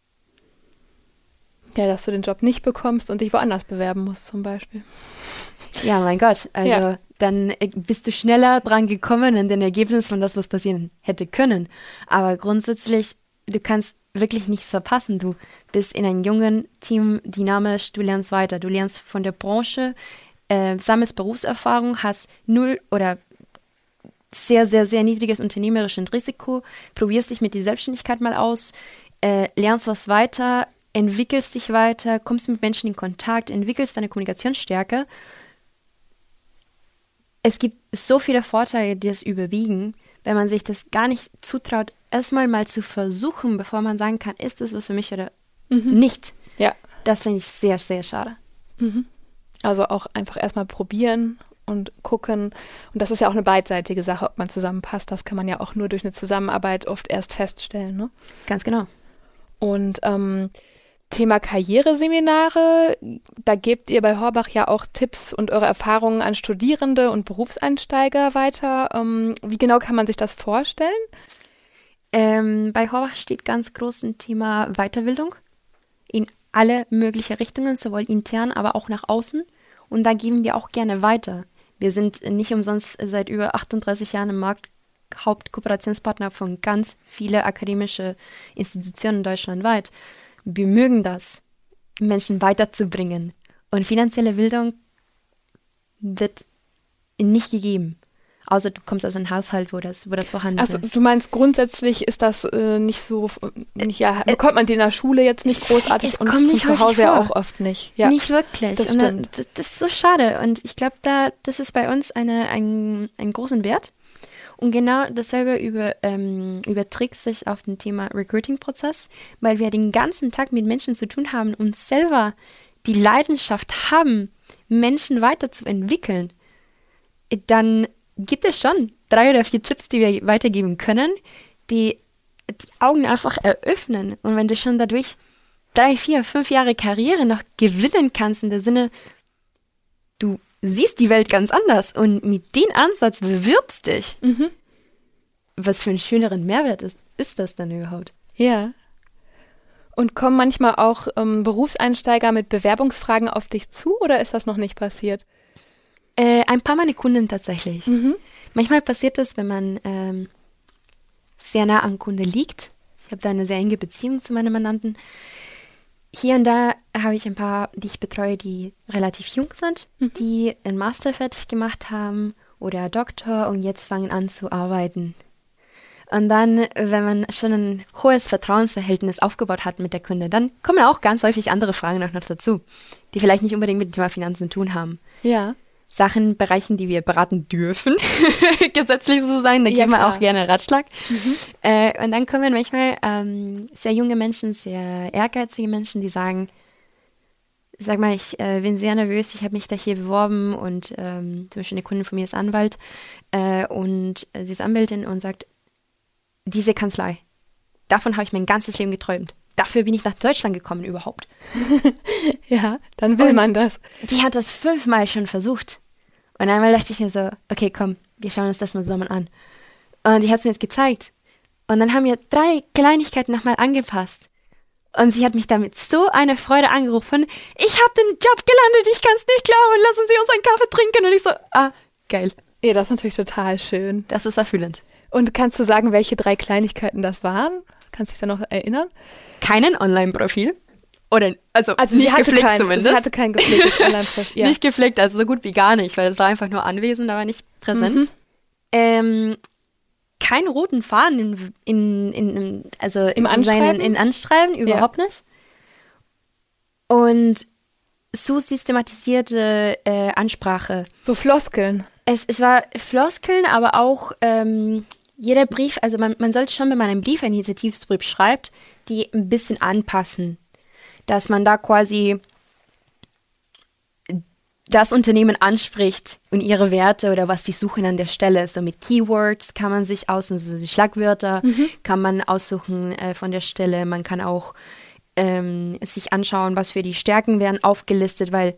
Ja, dass du den Job nicht bekommst und dich woanders bewerben musst zum Beispiel. Ja, mein Gott. Also ja. Dann bist du schneller dran gekommen an den Ergebnis von das, was passieren hätte können. Aber grundsätzlich, du kannst wirklich nichts verpassen. Du bist in einem jungen Team dynamisch, du lernst weiter. Du lernst von der Branche, äh, sammelst Berufserfahrung, hast null oder sehr, sehr, sehr niedriges unternehmerisches Risiko, probierst dich mit der Selbstständigkeit mal aus, äh, lernst was weiter, entwickelst dich weiter, kommst mit Menschen in Kontakt, entwickelst deine Kommunikationsstärke. Es gibt so viele Vorteile, die das überwiegen, wenn man sich das gar nicht zutraut, erstmal mal zu versuchen, bevor man sagen kann, ist das was für mich oder mhm. nicht. Ja. Das finde ich sehr, sehr schade. Mhm. Also auch einfach erstmal probieren und gucken. Und das ist ja auch eine beidseitige Sache, ob man zusammenpasst. Das kann man ja auch nur durch eine Zusammenarbeit oft erst feststellen. Ne? Ganz genau. Und ähm, Thema Karriereseminare, da gebt ihr bei Horbach ja auch Tipps und eure Erfahrungen an Studierende und Berufseinsteiger weiter. Ähm, wie genau kann man sich das vorstellen? Ähm, bei Horbach steht ganz groß ein Thema Weiterbildung in alle möglichen Richtungen, sowohl intern, aber auch nach außen. Und da geben wir auch gerne weiter. Wir sind nicht umsonst seit über achtunddreißig Jahren im Markt Hauptkooperationspartner von ganz vielen akademischen Institutionen deutschlandweit. Wir mögen das, Menschen weiterzubringen. Und finanzielle Bildung wird nicht gegeben. Außer du kommst aus einem Haushalt, wo das, wo das vorhanden also, ist. Du meinst, grundsätzlich ist das äh, nicht so, nicht, ja, bekommt man die in der Schule jetzt nicht großartig es und kommt von nicht zu Hause ja vor. auch oft nicht. Ja. Nicht wirklich. Das und stimmt. Das, das ist so schade. Und ich glaube, da, das ist bei uns eine, ein, einen großen Wert. Und genau dasselbe über, ähm, überträgt sich auf den Thema Recruiting-Prozess, weil wir den ganzen Tag mit Menschen zu tun haben und selber die Leidenschaft haben, Menschen weiterzuentwickeln. Dann gibt es schon drei oder vier Tipps, die wir weitergeben können, die die Augen einfach eröffnen. Und wenn du schon dadurch drei, vier, fünf Jahre Karriere noch gewinnen kannst, in der Sinne, du siehst die Welt ganz anders und mit dem Ansatz bewirbst dich. Mhm. Was für einen schöneren Mehrwert ist, ist das dann überhaupt? Ja. Und kommen manchmal auch ähm, Berufseinsteiger mit Bewerbungsfragen auf dich zu oder ist das noch nicht passiert? Äh, ein paar meine Kunden tatsächlich. Mhm. Manchmal passiert das, wenn man ähm, sehr nah am Kunde liegt. Ich habe da eine sehr enge Beziehung zu meinen Mandanten. Hier und da habe ich ein paar, die ich betreue, die relativ jung sind, mhm. die einen Master fertig gemacht haben oder Doktor und jetzt fangen an zu arbeiten. Und dann, wenn man schon ein hohes Vertrauensverhältnis aufgebaut hat mit der Kunde, dann kommen auch ganz häufig andere Fragen noch dazu, die vielleicht nicht unbedingt mit dem Thema Finanzen zu tun haben. Ja. Sachen, Bereichen, die wir beraten dürfen, gesetzlich so sein, da ja, geben wir auch gerne Ratschlag. Mhm. Äh, und dann kommen manchmal ähm, sehr junge Menschen, sehr ehrgeizige Menschen, die sagen, sag mal, ich äh, bin sehr nervös, ich habe mich da hier beworben und ähm, zum Beispiel eine Kundin von mir ist Anwalt äh, und äh, sie ist Anwältin und sagt, diese Kanzlei, davon habe ich mein ganzes Leben geträumt. Dafür bin ich nach Deutschland gekommen überhaupt. Ja, dann will und man das. Die hat das fünfmal schon versucht. Und einmal dachte ich mir so, okay, komm, wir schauen uns das mal zusammen an. Und die hat es mir jetzt gezeigt. Und dann haben wir drei Kleinigkeiten nochmal angepasst. Und sie hat mich damit so eine Freude angerufen. Ich habe den Job gelandet, ich kann es nicht glauben. Lassen Sie uns einen Kaffee trinken. Und ich so, ah, geil. Ja, das ist natürlich total schön. Das ist erfüllend. Und kannst du sagen, welche drei Kleinigkeiten das waren? Kannst du dich da noch erinnern? Keinen Online-Profil. Oder, also, also nicht gepflegt kein, zumindest. Sie hatte kein gepflegtes Online-Profil. Ja. Nicht gepflegt, also so gut wie gar nicht, weil es war einfach nur anwesend, aber nicht präsent. Mhm. Ähm, keinen roten Faden in, in, in also im in Anschreiben? Seinen, in Anschreiben, überhaupt ja. nicht. Und so systematisierte äh, Ansprache. So Floskeln. Es, es war Floskeln, aber auch ähm, jeder Brief, also man, man sollte schon, wenn man einen Brief, einen Initiativbrief schreibt, die ein bisschen anpassen. Dass man da quasi das Unternehmen anspricht und ihre Werte oder was sie suchen an der Stelle. So mit Keywords kann man sich aussuchen, so die Schlagwörter mhm. kann man aussuchen äh, von der Stelle. Man kann auch ähm, sich anschauen, was für die Stärken werden aufgelistet, weil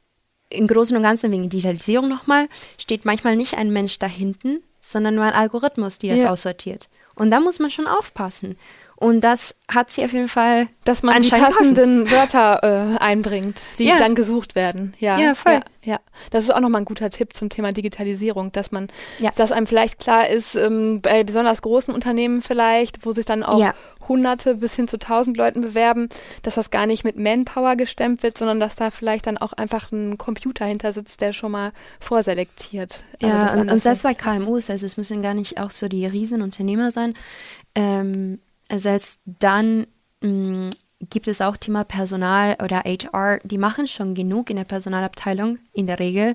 im Großen und Ganzen wegen Digitalisierung nochmal steht manchmal nicht ein Mensch da hinten, sondern nur ein Algorithmus, der das ja. aussortiert. Und da muss man schon aufpassen. Und das hat sie auf jeden Fall dass man die passenden geholfen. Wörter äh, einbringt, die ja. dann gesucht werden. Ja, ja voll. Ja, ja. Das ist auch nochmal ein guter Tipp zum Thema Digitalisierung, dass man, ja. dass einem vielleicht klar ist, ähm, bei besonders großen Unternehmen vielleicht, wo sich dann auch ja. Hunderte bis hin zu tausend Leuten bewerben, dass das gar nicht mit Manpower gestemmt wird, sondern dass da vielleicht dann auch einfach ein Computer hinter sitzt, der schon mal vorselektiert. Ja, also und, und selbst bei K M Us, also es müssen gar nicht auch so die Riesenunternehmer sein, ähm, selbst dann mh, gibt es auch Thema Personal oder H R, die machen schon genug in der Personalabteilung, in der Regel.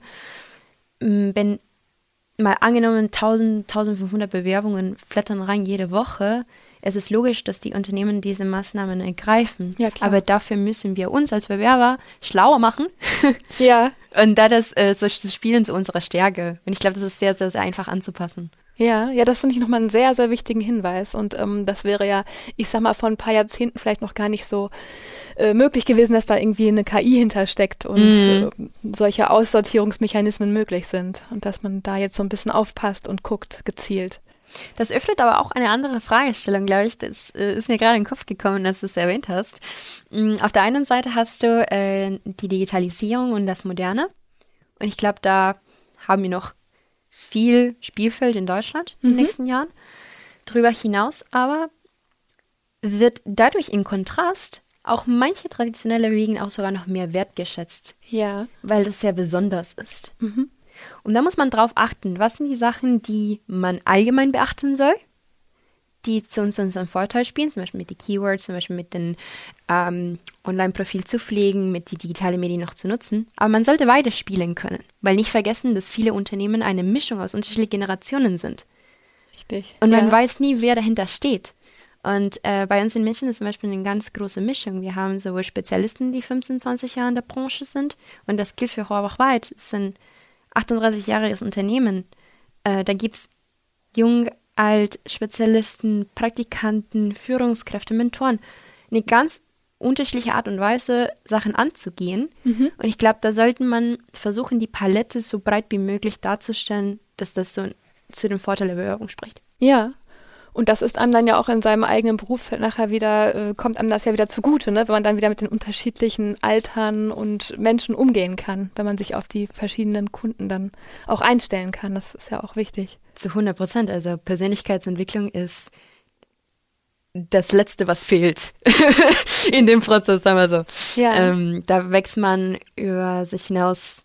Mh, wenn mal angenommen tausend, eintausendfünfhundert Bewerbungen flattern rein jede Woche, es ist logisch, dass die Unternehmen diese Maßnahmen ergreifen. Ja, klar. Aber dafür müssen wir uns als Bewerber schlauer machen. Ja. Und da das äh, so zu spielen zu unserer Stärke. Und ich glaube, das ist sehr, sehr, sehr einfach anzupassen. Ja, ja, das finde ich nochmal einen sehr, sehr wichtigen Hinweis. Und ähm, das wäre ja, ich sag mal, vor ein paar Jahrzehnten vielleicht noch gar nicht so äh, möglich gewesen, dass da irgendwie eine K I hintersteckt und mhm. äh, solche Aussortierungsmechanismen möglich sind. Und dass man da jetzt so ein bisschen aufpasst und guckt, gezielt. Das öffnet aber auch eine andere Fragestellung, glaube ich. Das äh, ist mir gerade in den Kopf gekommen, dass du es erwähnt hast. Mhm, auf der einen Seite hast du äh, die Digitalisierung und das Moderne. Und ich glaube, da haben wir noch viel Spielfeld in Deutschland in den mhm. nächsten Jahren. Darüber hinaus aber wird dadurch im Kontrast auch manche traditionelle Wegen auch sogar noch mehr wertgeschätzt. Ja. Weil das sehr besonders ist. Mhm. Und da muss man drauf achten, was sind die Sachen, die man allgemein beachten soll, die zu uns unseren Vorteil spielen, zum Beispiel mit den Keywords, zum Beispiel mit dem ähm, Online-Profil zu pflegen, mit die digitalen Medien noch zu nutzen. Aber man sollte weiter spielen können, weil nicht vergessen, dass viele Unternehmen eine Mischung aus unterschiedlichen Generationen sind. Richtig. Und man ja. weiß nie, wer dahinter steht. Und äh, bei uns in München ist zum Beispiel eine ganz große Mischung. Wir haben sowohl Spezialisten, die fünfzehn, zwanzig Jahre in der Branche sind, und das gilt für Horbach-Weit. Es sind achtunddreißig-jähriges Unternehmen. Äh, da gibt es jung, alt, Spezialisten, Praktikanten, Führungskräfte, Mentoren. Eine ganz unterschiedliche Art und Weise, Sachen anzugehen. Mhm. Und ich glaube, da sollte man versuchen, die Palette so breit wie möglich darzustellen, dass das so zu dem Vorteil der Bewerbung spricht. Ja. Und das ist einem dann ja auch in seinem eigenen Berufsfeld nachher wieder, äh, kommt einem das ja wieder zugute, ne? Wenn man dann wieder mit den unterschiedlichen Altern und Menschen umgehen kann, wenn man sich auf die verschiedenen Kunden dann auch einstellen kann. Das ist ja auch wichtig. Zu hundert Prozent. Also Persönlichkeitsentwicklung ist das Letzte, was fehlt in dem Prozess, sagen wir so. Ja. Ähm, da wächst man über sich hinaus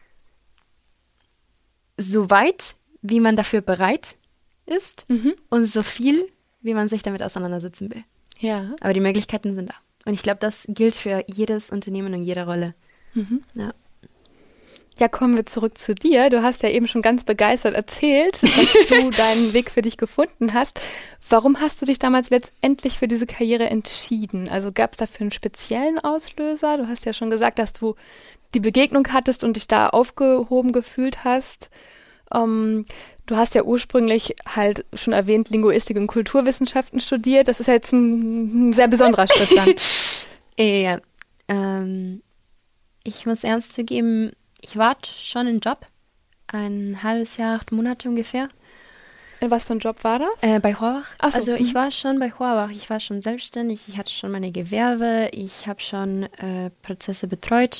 so weit, wie man dafür bereit ist mhm. und so viel, wie man sich damit auseinandersetzen will. Ja. Aber die Möglichkeiten sind da. Und ich glaube, das gilt für jedes Unternehmen und jede Rolle. Mhm. Ja. Ja, kommen wir zurück zu dir. Du hast ja eben schon ganz begeistert erzählt, dass du deinen Weg für dich gefunden hast. Warum hast du dich damals letztendlich für diese Karriere entschieden? Also gab es dafür einen speziellen Auslöser? Du hast ja schon gesagt, dass du die Begegnung hattest und dich da aufgehoben gefühlt hast. Ähm, du hast ja ursprünglich halt schon erwähnt, Linguistik und Kulturwissenschaften studiert. Das ist ja jetzt ein, ein sehr besonderer Schritt dann. Ja, ähm, ich muss ernst zugeben, ich warte schon im Job, ein halbes Jahr, acht Monate ungefähr. Was für ein Job war das? Äh, bei Horbach. Ach so. Also ich war schon bei Horbach, ich war schon selbstständig, ich hatte schon meine Gewerbe, ich habe schon äh, Prozesse betreut.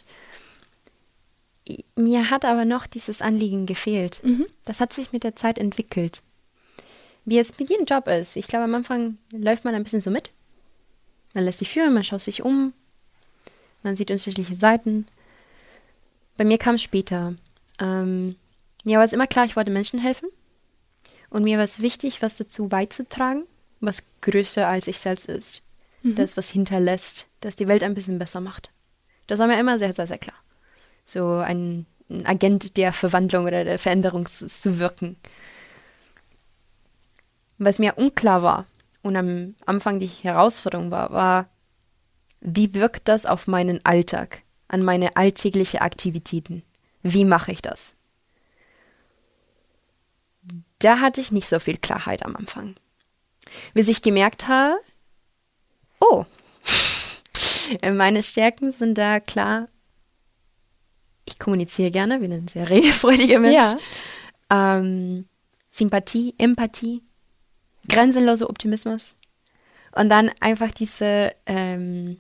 Mir hat aber noch dieses Anliegen gefehlt. Mhm. Das hat sich mit der Zeit entwickelt. Wie es mit jedem Job ist. Ich glaube, am Anfang läuft man ein bisschen so mit. Man lässt sich führen, man schaut sich um, man sieht unterschiedliche Seiten. Bei mir kam es später. Ähm, mir war es immer klar, ich wollte Menschen helfen. Und mir war es wichtig, was dazu beizutragen, was größer als ich selbst ist. Mhm. Das, was hinterlässt, das die Welt ein bisschen besser macht. Das war mir immer sehr, sehr, sehr klar. So ein, ein Agent der Verwandlung oder der Veränderung zu, zu wirken. Was mir unklar war und am Anfang die Herausforderung war, war, wie wirkt das auf meinen Alltag, an meine alltäglichen Aktivitäten? Wie mache ich das? Da hatte ich nicht so viel Klarheit am Anfang. Bis ich gemerkt habe, oh, meine Stärken sind da klar. Ich kommuniziere gerne, bin ein sehr redefreudiger Mensch. Ja. Ähm, Sympathie, Empathie, grenzenloser Optimismus und dann einfach diese ähm,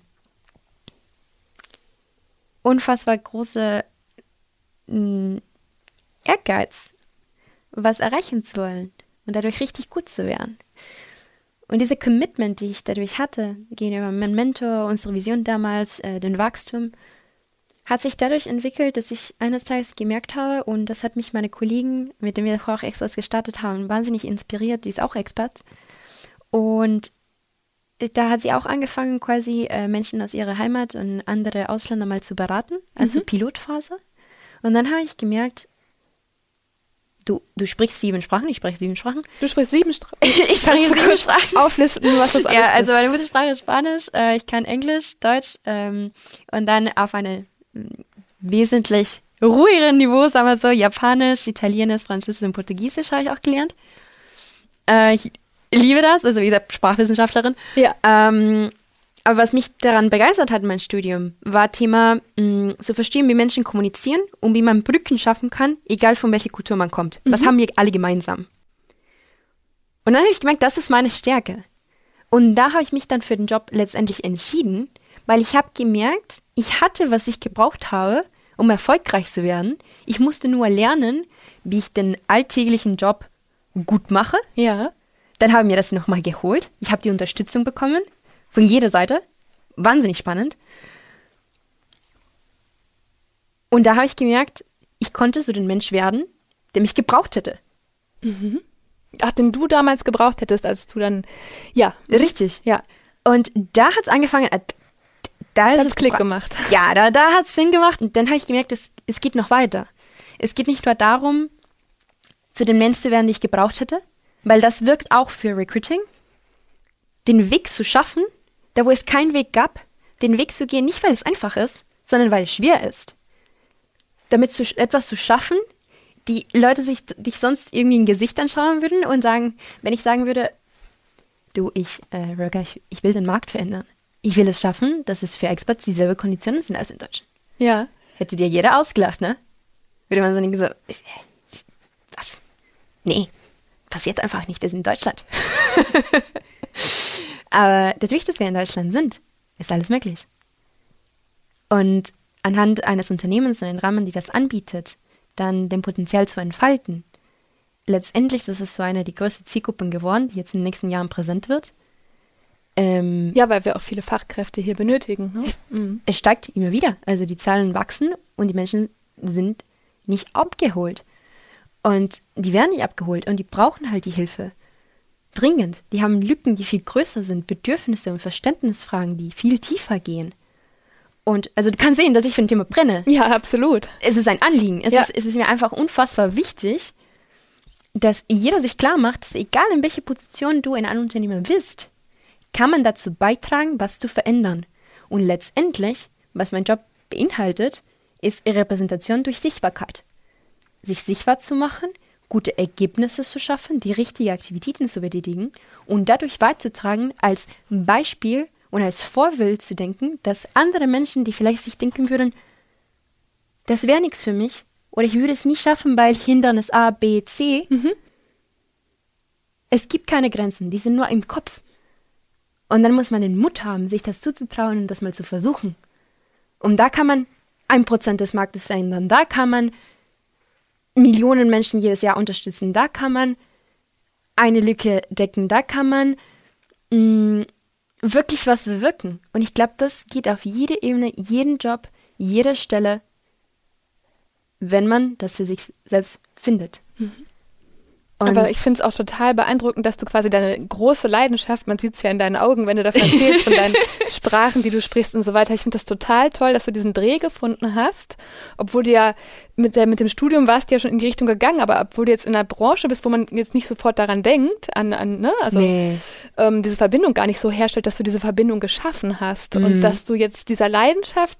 unfassbar große mh, Ehrgeiz, was erreichen zu wollen und dadurch richtig gut zu werden. Und diese Commitment, die ich dadurch hatte, gegenüber meinem Mentor, unsere Vision damals, äh, den Wachstum, hat sich dadurch entwickelt, dass ich eines Tages gemerkt habe, und das hat mich meine Kollegen, mit denen wir auch Extras gestartet haben, wahnsinnig inspiriert, die ist auch Expert. Und da hat sie auch angefangen, quasi äh, Menschen aus ihrer Heimat und andere Ausländer mal zu beraten, also mhm. Pilotphase. Und dann habe ich gemerkt, du, du sprichst sieben Sprachen, ich spreche sieben Sprachen. Du sprichst sieben Sprachen? Ich spreche sieben Sprachen. Auflisten, was das alles Ja, also ist. meine Muttersprache ist Spanisch, äh, ich kann Englisch, Deutsch ähm, und dann auf eine wesentlich ruhigeren Niveau, sagen wir so, Japanisch, Italienisch, Französisch und Portugiesisch habe ich auch gelernt. Äh, ich liebe das, also wie gesagt, Sprachwissenschaftlerin. Ja. Ähm, aber was mich daran begeistert hat in meinem Studium, war Thema, mh, zu verstehen, wie Menschen kommunizieren und wie man Brücken schaffen kann, egal von welcher Kultur man kommt. Mhm. Was haben wir alle gemeinsam? Und dann habe ich gemerkt, das ist meine Stärke. Und da habe ich mich dann für den Job letztendlich entschieden, weil ich habe gemerkt, ich hatte, was ich gebraucht habe, um erfolgreich zu werden. Ich musste nur lernen, wie ich den alltäglichen Job gut mache. Ja. Dann habe ich mir das nochmal geholt. Ich habe die Unterstützung bekommen, von jeder Seite. Wahnsinnig spannend. Und da habe ich gemerkt, ich konnte so den Mensch werden, der mich gebraucht hätte. Mhm. Ach, den du damals gebraucht hättest, als du dann, ja. Richtig. Ja. Und da hat es angefangen, da ist Hat's es Klick bra- gemacht. Ja, da, da hat es Sinn gemacht. Und dann habe ich gemerkt, es, es geht noch weiter. Es geht nicht nur darum, zu dem Mensch zu werden, den ich gebraucht hätte, weil das wirkt auch für Recruiting, den Weg zu schaffen, da wo es keinen Weg gab, den Weg zu gehen, nicht weil es einfach ist, sondern weil es schwer ist. Damit zu, etwas zu schaffen, die Leute sich dich sonst irgendwie ein Gesicht anschauen würden und sagen, wenn ich sagen würde, du, ich, äh, Röger, ich, ich will den Markt verändern. Ich will es schaffen, dass es für Experts dieselbe Konditionen sind als in Deutschland. Ja. Hätte dir jeder ausgelacht, ne? Würde man so denken, so, was? Nee, passiert einfach nicht, wir sind in Deutschland. Aber dadurch, dass wir in Deutschland sind, ist alles möglich. Und anhand eines Unternehmens und den Rahmen, die das anbietet, dann dem Potenzial zu entfalten. Letztendlich ist es so eine der größten Zielgruppen geworden, die jetzt in den nächsten Jahren präsent wird. Ähm, ja, weil wir auch viele Fachkräfte hier benötigen. Ne? Es, mhm. es steigt immer wieder. Also die Zahlen wachsen und die Menschen sind nicht abgeholt. Und die werden nicht abgeholt und die brauchen halt die Hilfe. Dringend. Die haben Lücken, die viel größer sind, Bedürfnisse und Verständnisfragen, die viel tiefer gehen. Und also du kannst sehen, dass ich für ein Thema brenne. Ja, absolut. Es ist ein Anliegen. Es, ja. ist, es ist mir einfach unfassbar wichtig, dass jeder sich klar macht, dass egal in welche Position du in einem Unternehmen bist, kann man dazu beitragen, was zu verändern. Und letztendlich, was mein Job beinhaltet, ist Repräsentation durch Sichtbarkeit. Sich sichtbar zu machen, gute Ergebnisse zu schaffen, die richtigen Aktivitäten zu betätigen und dadurch beizutragen, als Beispiel und als Vorbild zu denken, dass andere Menschen, die vielleicht sich denken würden, das wäre nichts für mich oder ich würde es nie schaffen, weil Hindernis A, B, C, mhm. es gibt keine Grenzen, die sind nur im Kopf. Und dann muss man den Mut haben, sich das zuzutrauen und das mal zu versuchen. Und da kann man ein Prozent des Marktes verändern, da kann man Millionen Menschen jedes Jahr unterstützen, da kann man eine Lücke decken, da kann man mh, wirklich was bewirken. Und ich glaube, das geht auf jede Ebene, jeden Job, jede Stelle, wenn man das für sich selbst findet. Mhm. Aber ich finde es auch total beeindruckend, dass du quasi deine große Leidenschaft, man sieht es ja in deinen Augen, wenn du davon erzählst, von deinen Sprachen, die du sprichst und so weiter. Ich finde das total toll, dass du diesen Dreh gefunden hast, obwohl du ja mit, der, mit dem Studium warst ja schon in die Richtung gegangen, aber obwohl du jetzt in einer Branche bist, wo man jetzt nicht sofort daran denkt, an, an ne, also nee. ähm, diese Verbindung gar nicht so herstellt, dass du diese Verbindung geschaffen hast mhm. und dass du jetzt dieser Leidenschaft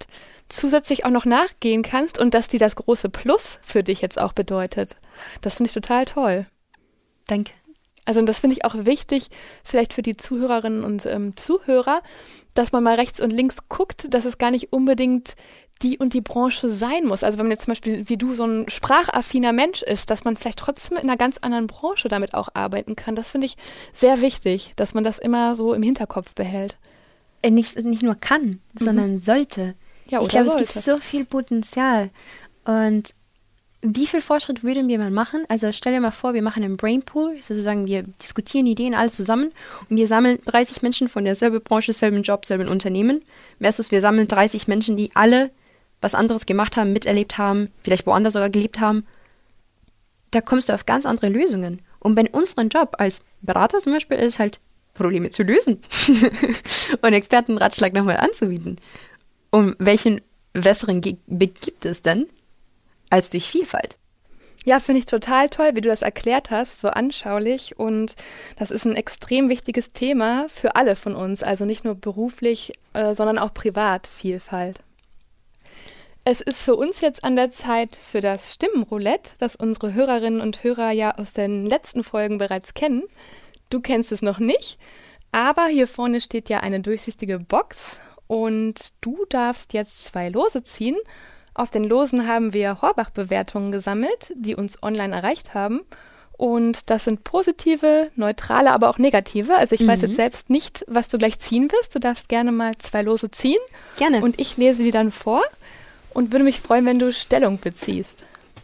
zusätzlich auch noch nachgehen kannst und dass die das große Plus für dich jetzt auch bedeutet. Das finde ich total toll. Danke. Also das finde ich auch wichtig, vielleicht für die Zuhörerinnen und ähm, Zuhörer, dass man mal rechts und links guckt, dass es gar nicht unbedingt die und die Branche sein muss. Also wenn man jetzt zum Beispiel wie du so ein sprachaffiner Mensch ist, dass man vielleicht trotzdem in einer ganz anderen Branche damit auch arbeiten kann. Das finde ich sehr wichtig, dass man das immer so im Hinterkopf behält. Äh, nicht, nicht nur kann, mhm. sondern sollte. Ja, ich glaube, es gibt so viel Potenzial. Und wie viel Fortschritt würden wir mal machen? Also stell dir mal vor, wir machen einen Brainpool, sozusagen wir diskutieren Ideen alles zusammen und wir sammeln dreißig Menschen von derselben Branche, selben Job, selben Unternehmen, versus wir sammeln dreißig Menschen, die alle was anderes gemacht haben, miterlebt haben, vielleicht woanders sogar gelebt haben. Da kommst du auf ganz andere Lösungen. Und wenn unser Job als Berater zum Beispiel ist, halt Probleme zu lösen und Expertenratschlag nochmal anzubieten, um welchen besseren Weg gibt es denn als durch Vielfalt? Ja, finde ich total toll, wie du das erklärt hast, so anschaulich. Und das ist ein extrem wichtiges Thema für alle von uns, also nicht nur beruflich, äh, sondern auch privat Vielfalt. Es ist für uns jetzt an der Zeit für das Stimmenroulette, das unsere Hörerinnen und Hörer ja aus den letzten Folgen bereits kennen. Du kennst es noch nicht, aber hier vorne steht ja eine durchsichtige Box und du darfst jetzt zwei Lose ziehen. Auf den Losen haben wir Horbach-Bewertungen gesammelt, die uns online erreicht haben. Und das sind positive, neutrale, aber auch negative. Also ich mhm. weiß jetzt selbst nicht, was du gleich ziehen wirst. Du darfst gerne mal zwei Lose ziehen. Gerne. Und ich lese die dann vor und würde mich freuen, wenn du Stellung beziehst.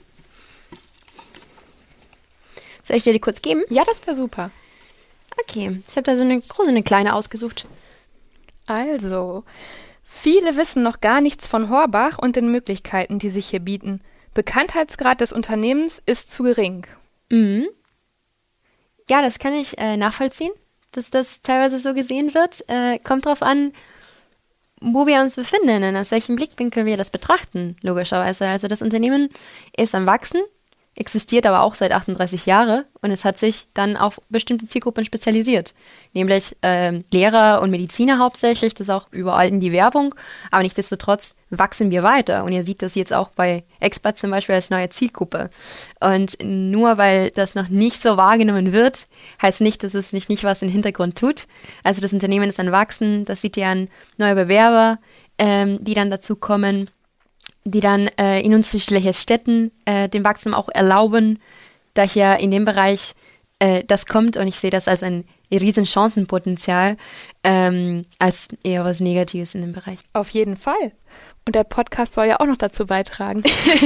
Soll ich dir die kurz geben? Ja, das wäre super. Okay, ich habe da so eine große und eine kleine ausgesucht. Also, viele wissen noch gar nichts von Horbach und den Möglichkeiten, die sich hier bieten. Bekanntheitsgrad des Unternehmens ist zu gering. Mhm. Ja, das kann ich äh, nachvollziehen, dass das teilweise so gesehen wird. Äh, kommt drauf an, wo wir uns befinden und aus welchem Blickwinkel wir das betrachten, logischerweise. Also das Unternehmen ist am Wachsen, existiert aber auch seit achtunddreißig Jahren und es hat sich dann auf bestimmte Zielgruppen spezialisiert, nämlich ähm, Lehrer und Mediziner hauptsächlich, das ist auch überall in die Werbung, aber nichtsdestotrotz wachsen wir weiter und ihr seht das jetzt auch bei Expat zum Beispiel als neue Zielgruppe und nur weil das noch nicht so wahrgenommen wird, heißt nicht, dass es nicht, nicht was im Hintergrund tut. Also das Unternehmen ist an Wachsen, das sieht ihr an neue Bewerber, ähm, die dann dazu kommen, die dann äh, in unterschiedlichen Städten äh, dem Wachstum auch erlauben, daher in dem Bereich äh, das kommt und ich sehe das als ein riesen Chancenpotenzial, ähm, als eher was Negatives in dem Bereich. Auf jeden Fall. Und der Podcast soll ja auch noch dazu beitragen.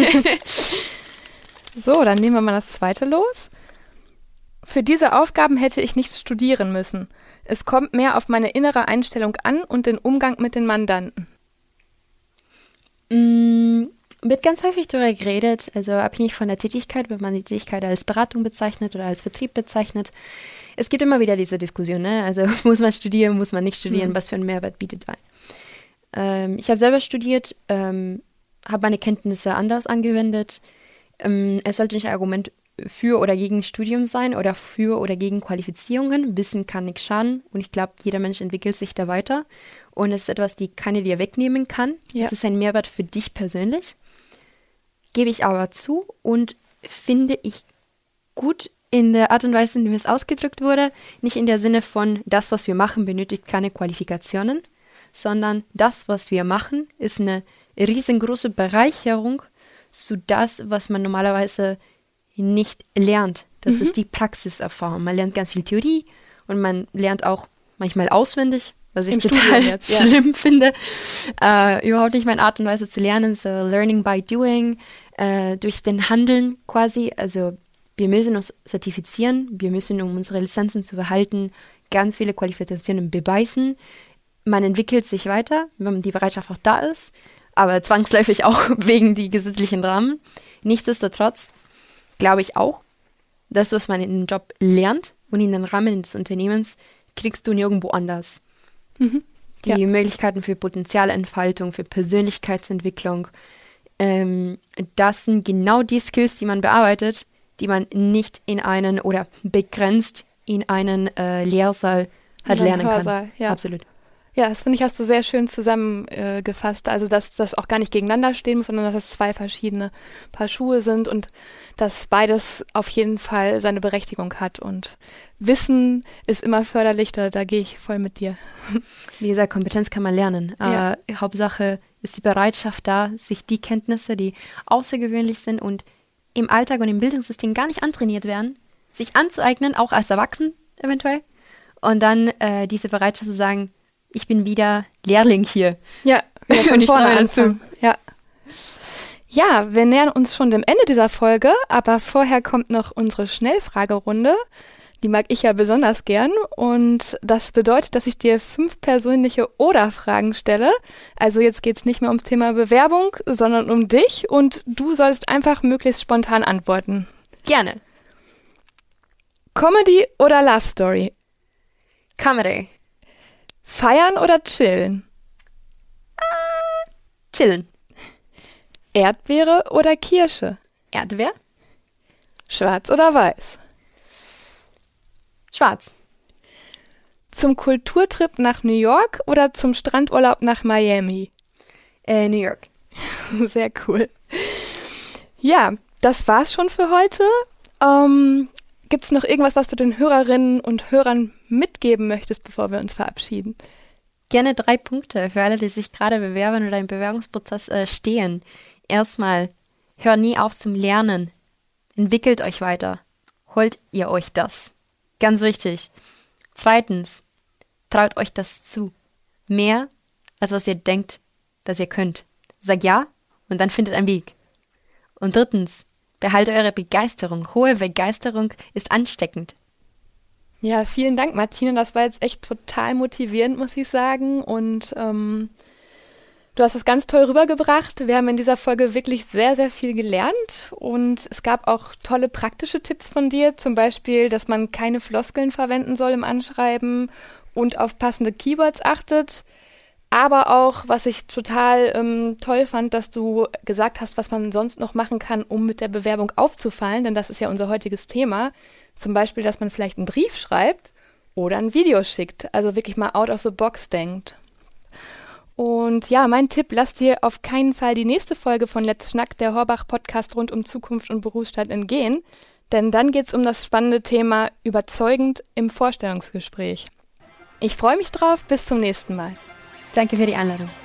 So, dann nehmen wir mal das zweite Los. Für diese Aufgaben hätte ich nicht studieren müssen. Es kommt mehr auf meine innere Einstellung an und den Umgang mit den Mandanten. Mm, wird ganz häufig darüber geredet, also abhängig von der Tätigkeit, wenn man die Tätigkeit als Beratung bezeichnet oder als Vertrieb bezeichnet. Es gibt immer wieder diese Diskussion, ne? Also muss man studieren, muss man nicht studieren, mhm. was für einen Mehrwert bietet ein. Ähm, ich habe selber studiert, ähm, habe meine Kenntnisse anders angewendet. Ähm, es sollte nicht ein Argument für oder gegen Studium sein oder für oder gegen Qualifizierungen. Wissen kann nichts schaden und ich glaube, jeder Mensch entwickelt sich da weiter. Und es ist etwas, die keine dir wegnehmen kann. Ja. Es ist ein Mehrwert für dich persönlich. Gebe ich aber zu und finde ich gut in der Art und Weise, in der es ausgedrückt wurde. Nicht in der Sinne von, das, was wir machen, benötigt keine Qualifikationen, sondern das, was wir machen, ist eine riesengroße Bereicherung zu das, was man normalerweise nicht lernt. Das mhm. ist die Praxiserfahrung. Man lernt ganz viel Theorie und man lernt auch manchmal auswendig, was ich Im total jetzt, ja. schlimm finde. Äh, überhaupt nicht meine Art und Weise zu lernen, so learning by doing, äh, durch den Handeln quasi. Also wir müssen uns zertifizieren, wir müssen, um unsere Lizenzen zu behalten, ganz viele Qualifikationen beweisen. Man entwickelt sich weiter, wenn die Bereitschaft auch da ist, aber zwangsläufig auch wegen die gesetzlichen Rahmen. Nichtsdestotrotz glaube ich auch, das, was man in dem Job lernt und in den Rahmen des Unternehmens, kriegst du nirgendwo anders. Mhm. Die ja. Möglichkeiten für Potenzialentfaltung, für Persönlichkeitsentwicklung, ähm, das sind genau die Skills, die man bearbeitet, die man nicht in einen oder begrenzt in einen äh, Lehrsaal halt lernen Hörsaal, kann. Ja. Absolut. Ja, das finde ich, hast du sehr schön zusammengefasst. Äh, also, dass das auch gar nicht gegeneinander stehen muss, sondern dass es zwei verschiedene Paar Schuhe sind und dass beides auf jeden Fall seine Berechtigung hat. Und Wissen ist immer förderlich, da, da gehe ich voll mit dir. Wie gesagt, Kompetenz kann man lernen. Ja. Äh, Hauptsache ist die Bereitschaft da, sich die Kenntnisse, die außergewöhnlich sind und im Alltag und im Bildungssystem gar nicht antrainiert werden, sich anzueignen, auch als Erwachsen eventuell. Und dann äh, diese Bereitschaft zu sagen, ich bin wieder Lehrling hier. Ja, wieder von vorne anfangen. Ja. Ja, wir nähern uns schon dem Ende dieser Folge, aber vorher kommt noch unsere Schnellfragerunde. Die mag ich ja besonders gern und das bedeutet, dass ich dir fünf persönliche Oder-Fragen stelle. Also jetzt geht es nicht mehr ums Thema Bewerbung, sondern um dich und du sollst einfach möglichst spontan antworten. Gerne. Comedy oder Love Story? Comedy. Feiern oder chillen? Äh, chillen. Erdbeere oder Kirsche? Erdbeer. Schwarz oder weiß? Schwarz. Zum Kulturtrip nach New York oder zum Strandurlaub nach Miami? Äh, New York. Sehr cool. Ja, das war's schon für heute. Ähm, Gibt es noch irgendwas, was du den Hörerinnen und Hörern mitgeben möchtest, bevor wir uns verabschieden? Gerne drei Punkte für alle, die sich gerade bewerben oder im Bewerbungsprozess äh, stehen. Erstmal, hör nie auf zum Lernen. Entwickelt euch weiter. Holt ihr euch das. Ganz wichtig. Zweitens, traut euch das zu. Mehr, als was ihr denkt, dass ihr könnt. Sag ja und dann findet ein Weg. Und drittens, behalte eure Begeisterung. Hohe Begeisterung ist ansteckend. Ja, vielen Dank, Martine. Das war jetzt echt total motivierend, muss ich sagen. Und ähm, du hast es ganz toll rübergebracht. Wir haben in dieser Folge wirklich sehr, sehr viel gelernt. Und es gab auch tolle praktische Tipps von dir. Zum Beispiel, dass man keine Floskeln verwenden soll im Anschreiben und auf passende Keywords achtet. Aber auch, was ich total ähm, toll fand, dass du gesagt hast, was man sonst noch machen kann, um mit der Bewerbung aufzufallen, denn das ist ja unser heutiges Thema. Zum Beispiel, dass man vielleicht einen Brief schreibt oder ein Video schickt, also wirklich mal out of the box denkt. Und ja, mein Tipp, lasst dir auf keinen Fall die nächste Folge von Let's Schnack, der Horbach-Podcast rund um Zukunft und Berufsstaat, entgehen, denn dann geht es um das spannende Thema überzeugend im Vorstellungsgespräch. Ich freue mich drauf, bis zum nächsten Mal. Danke für die Einladung.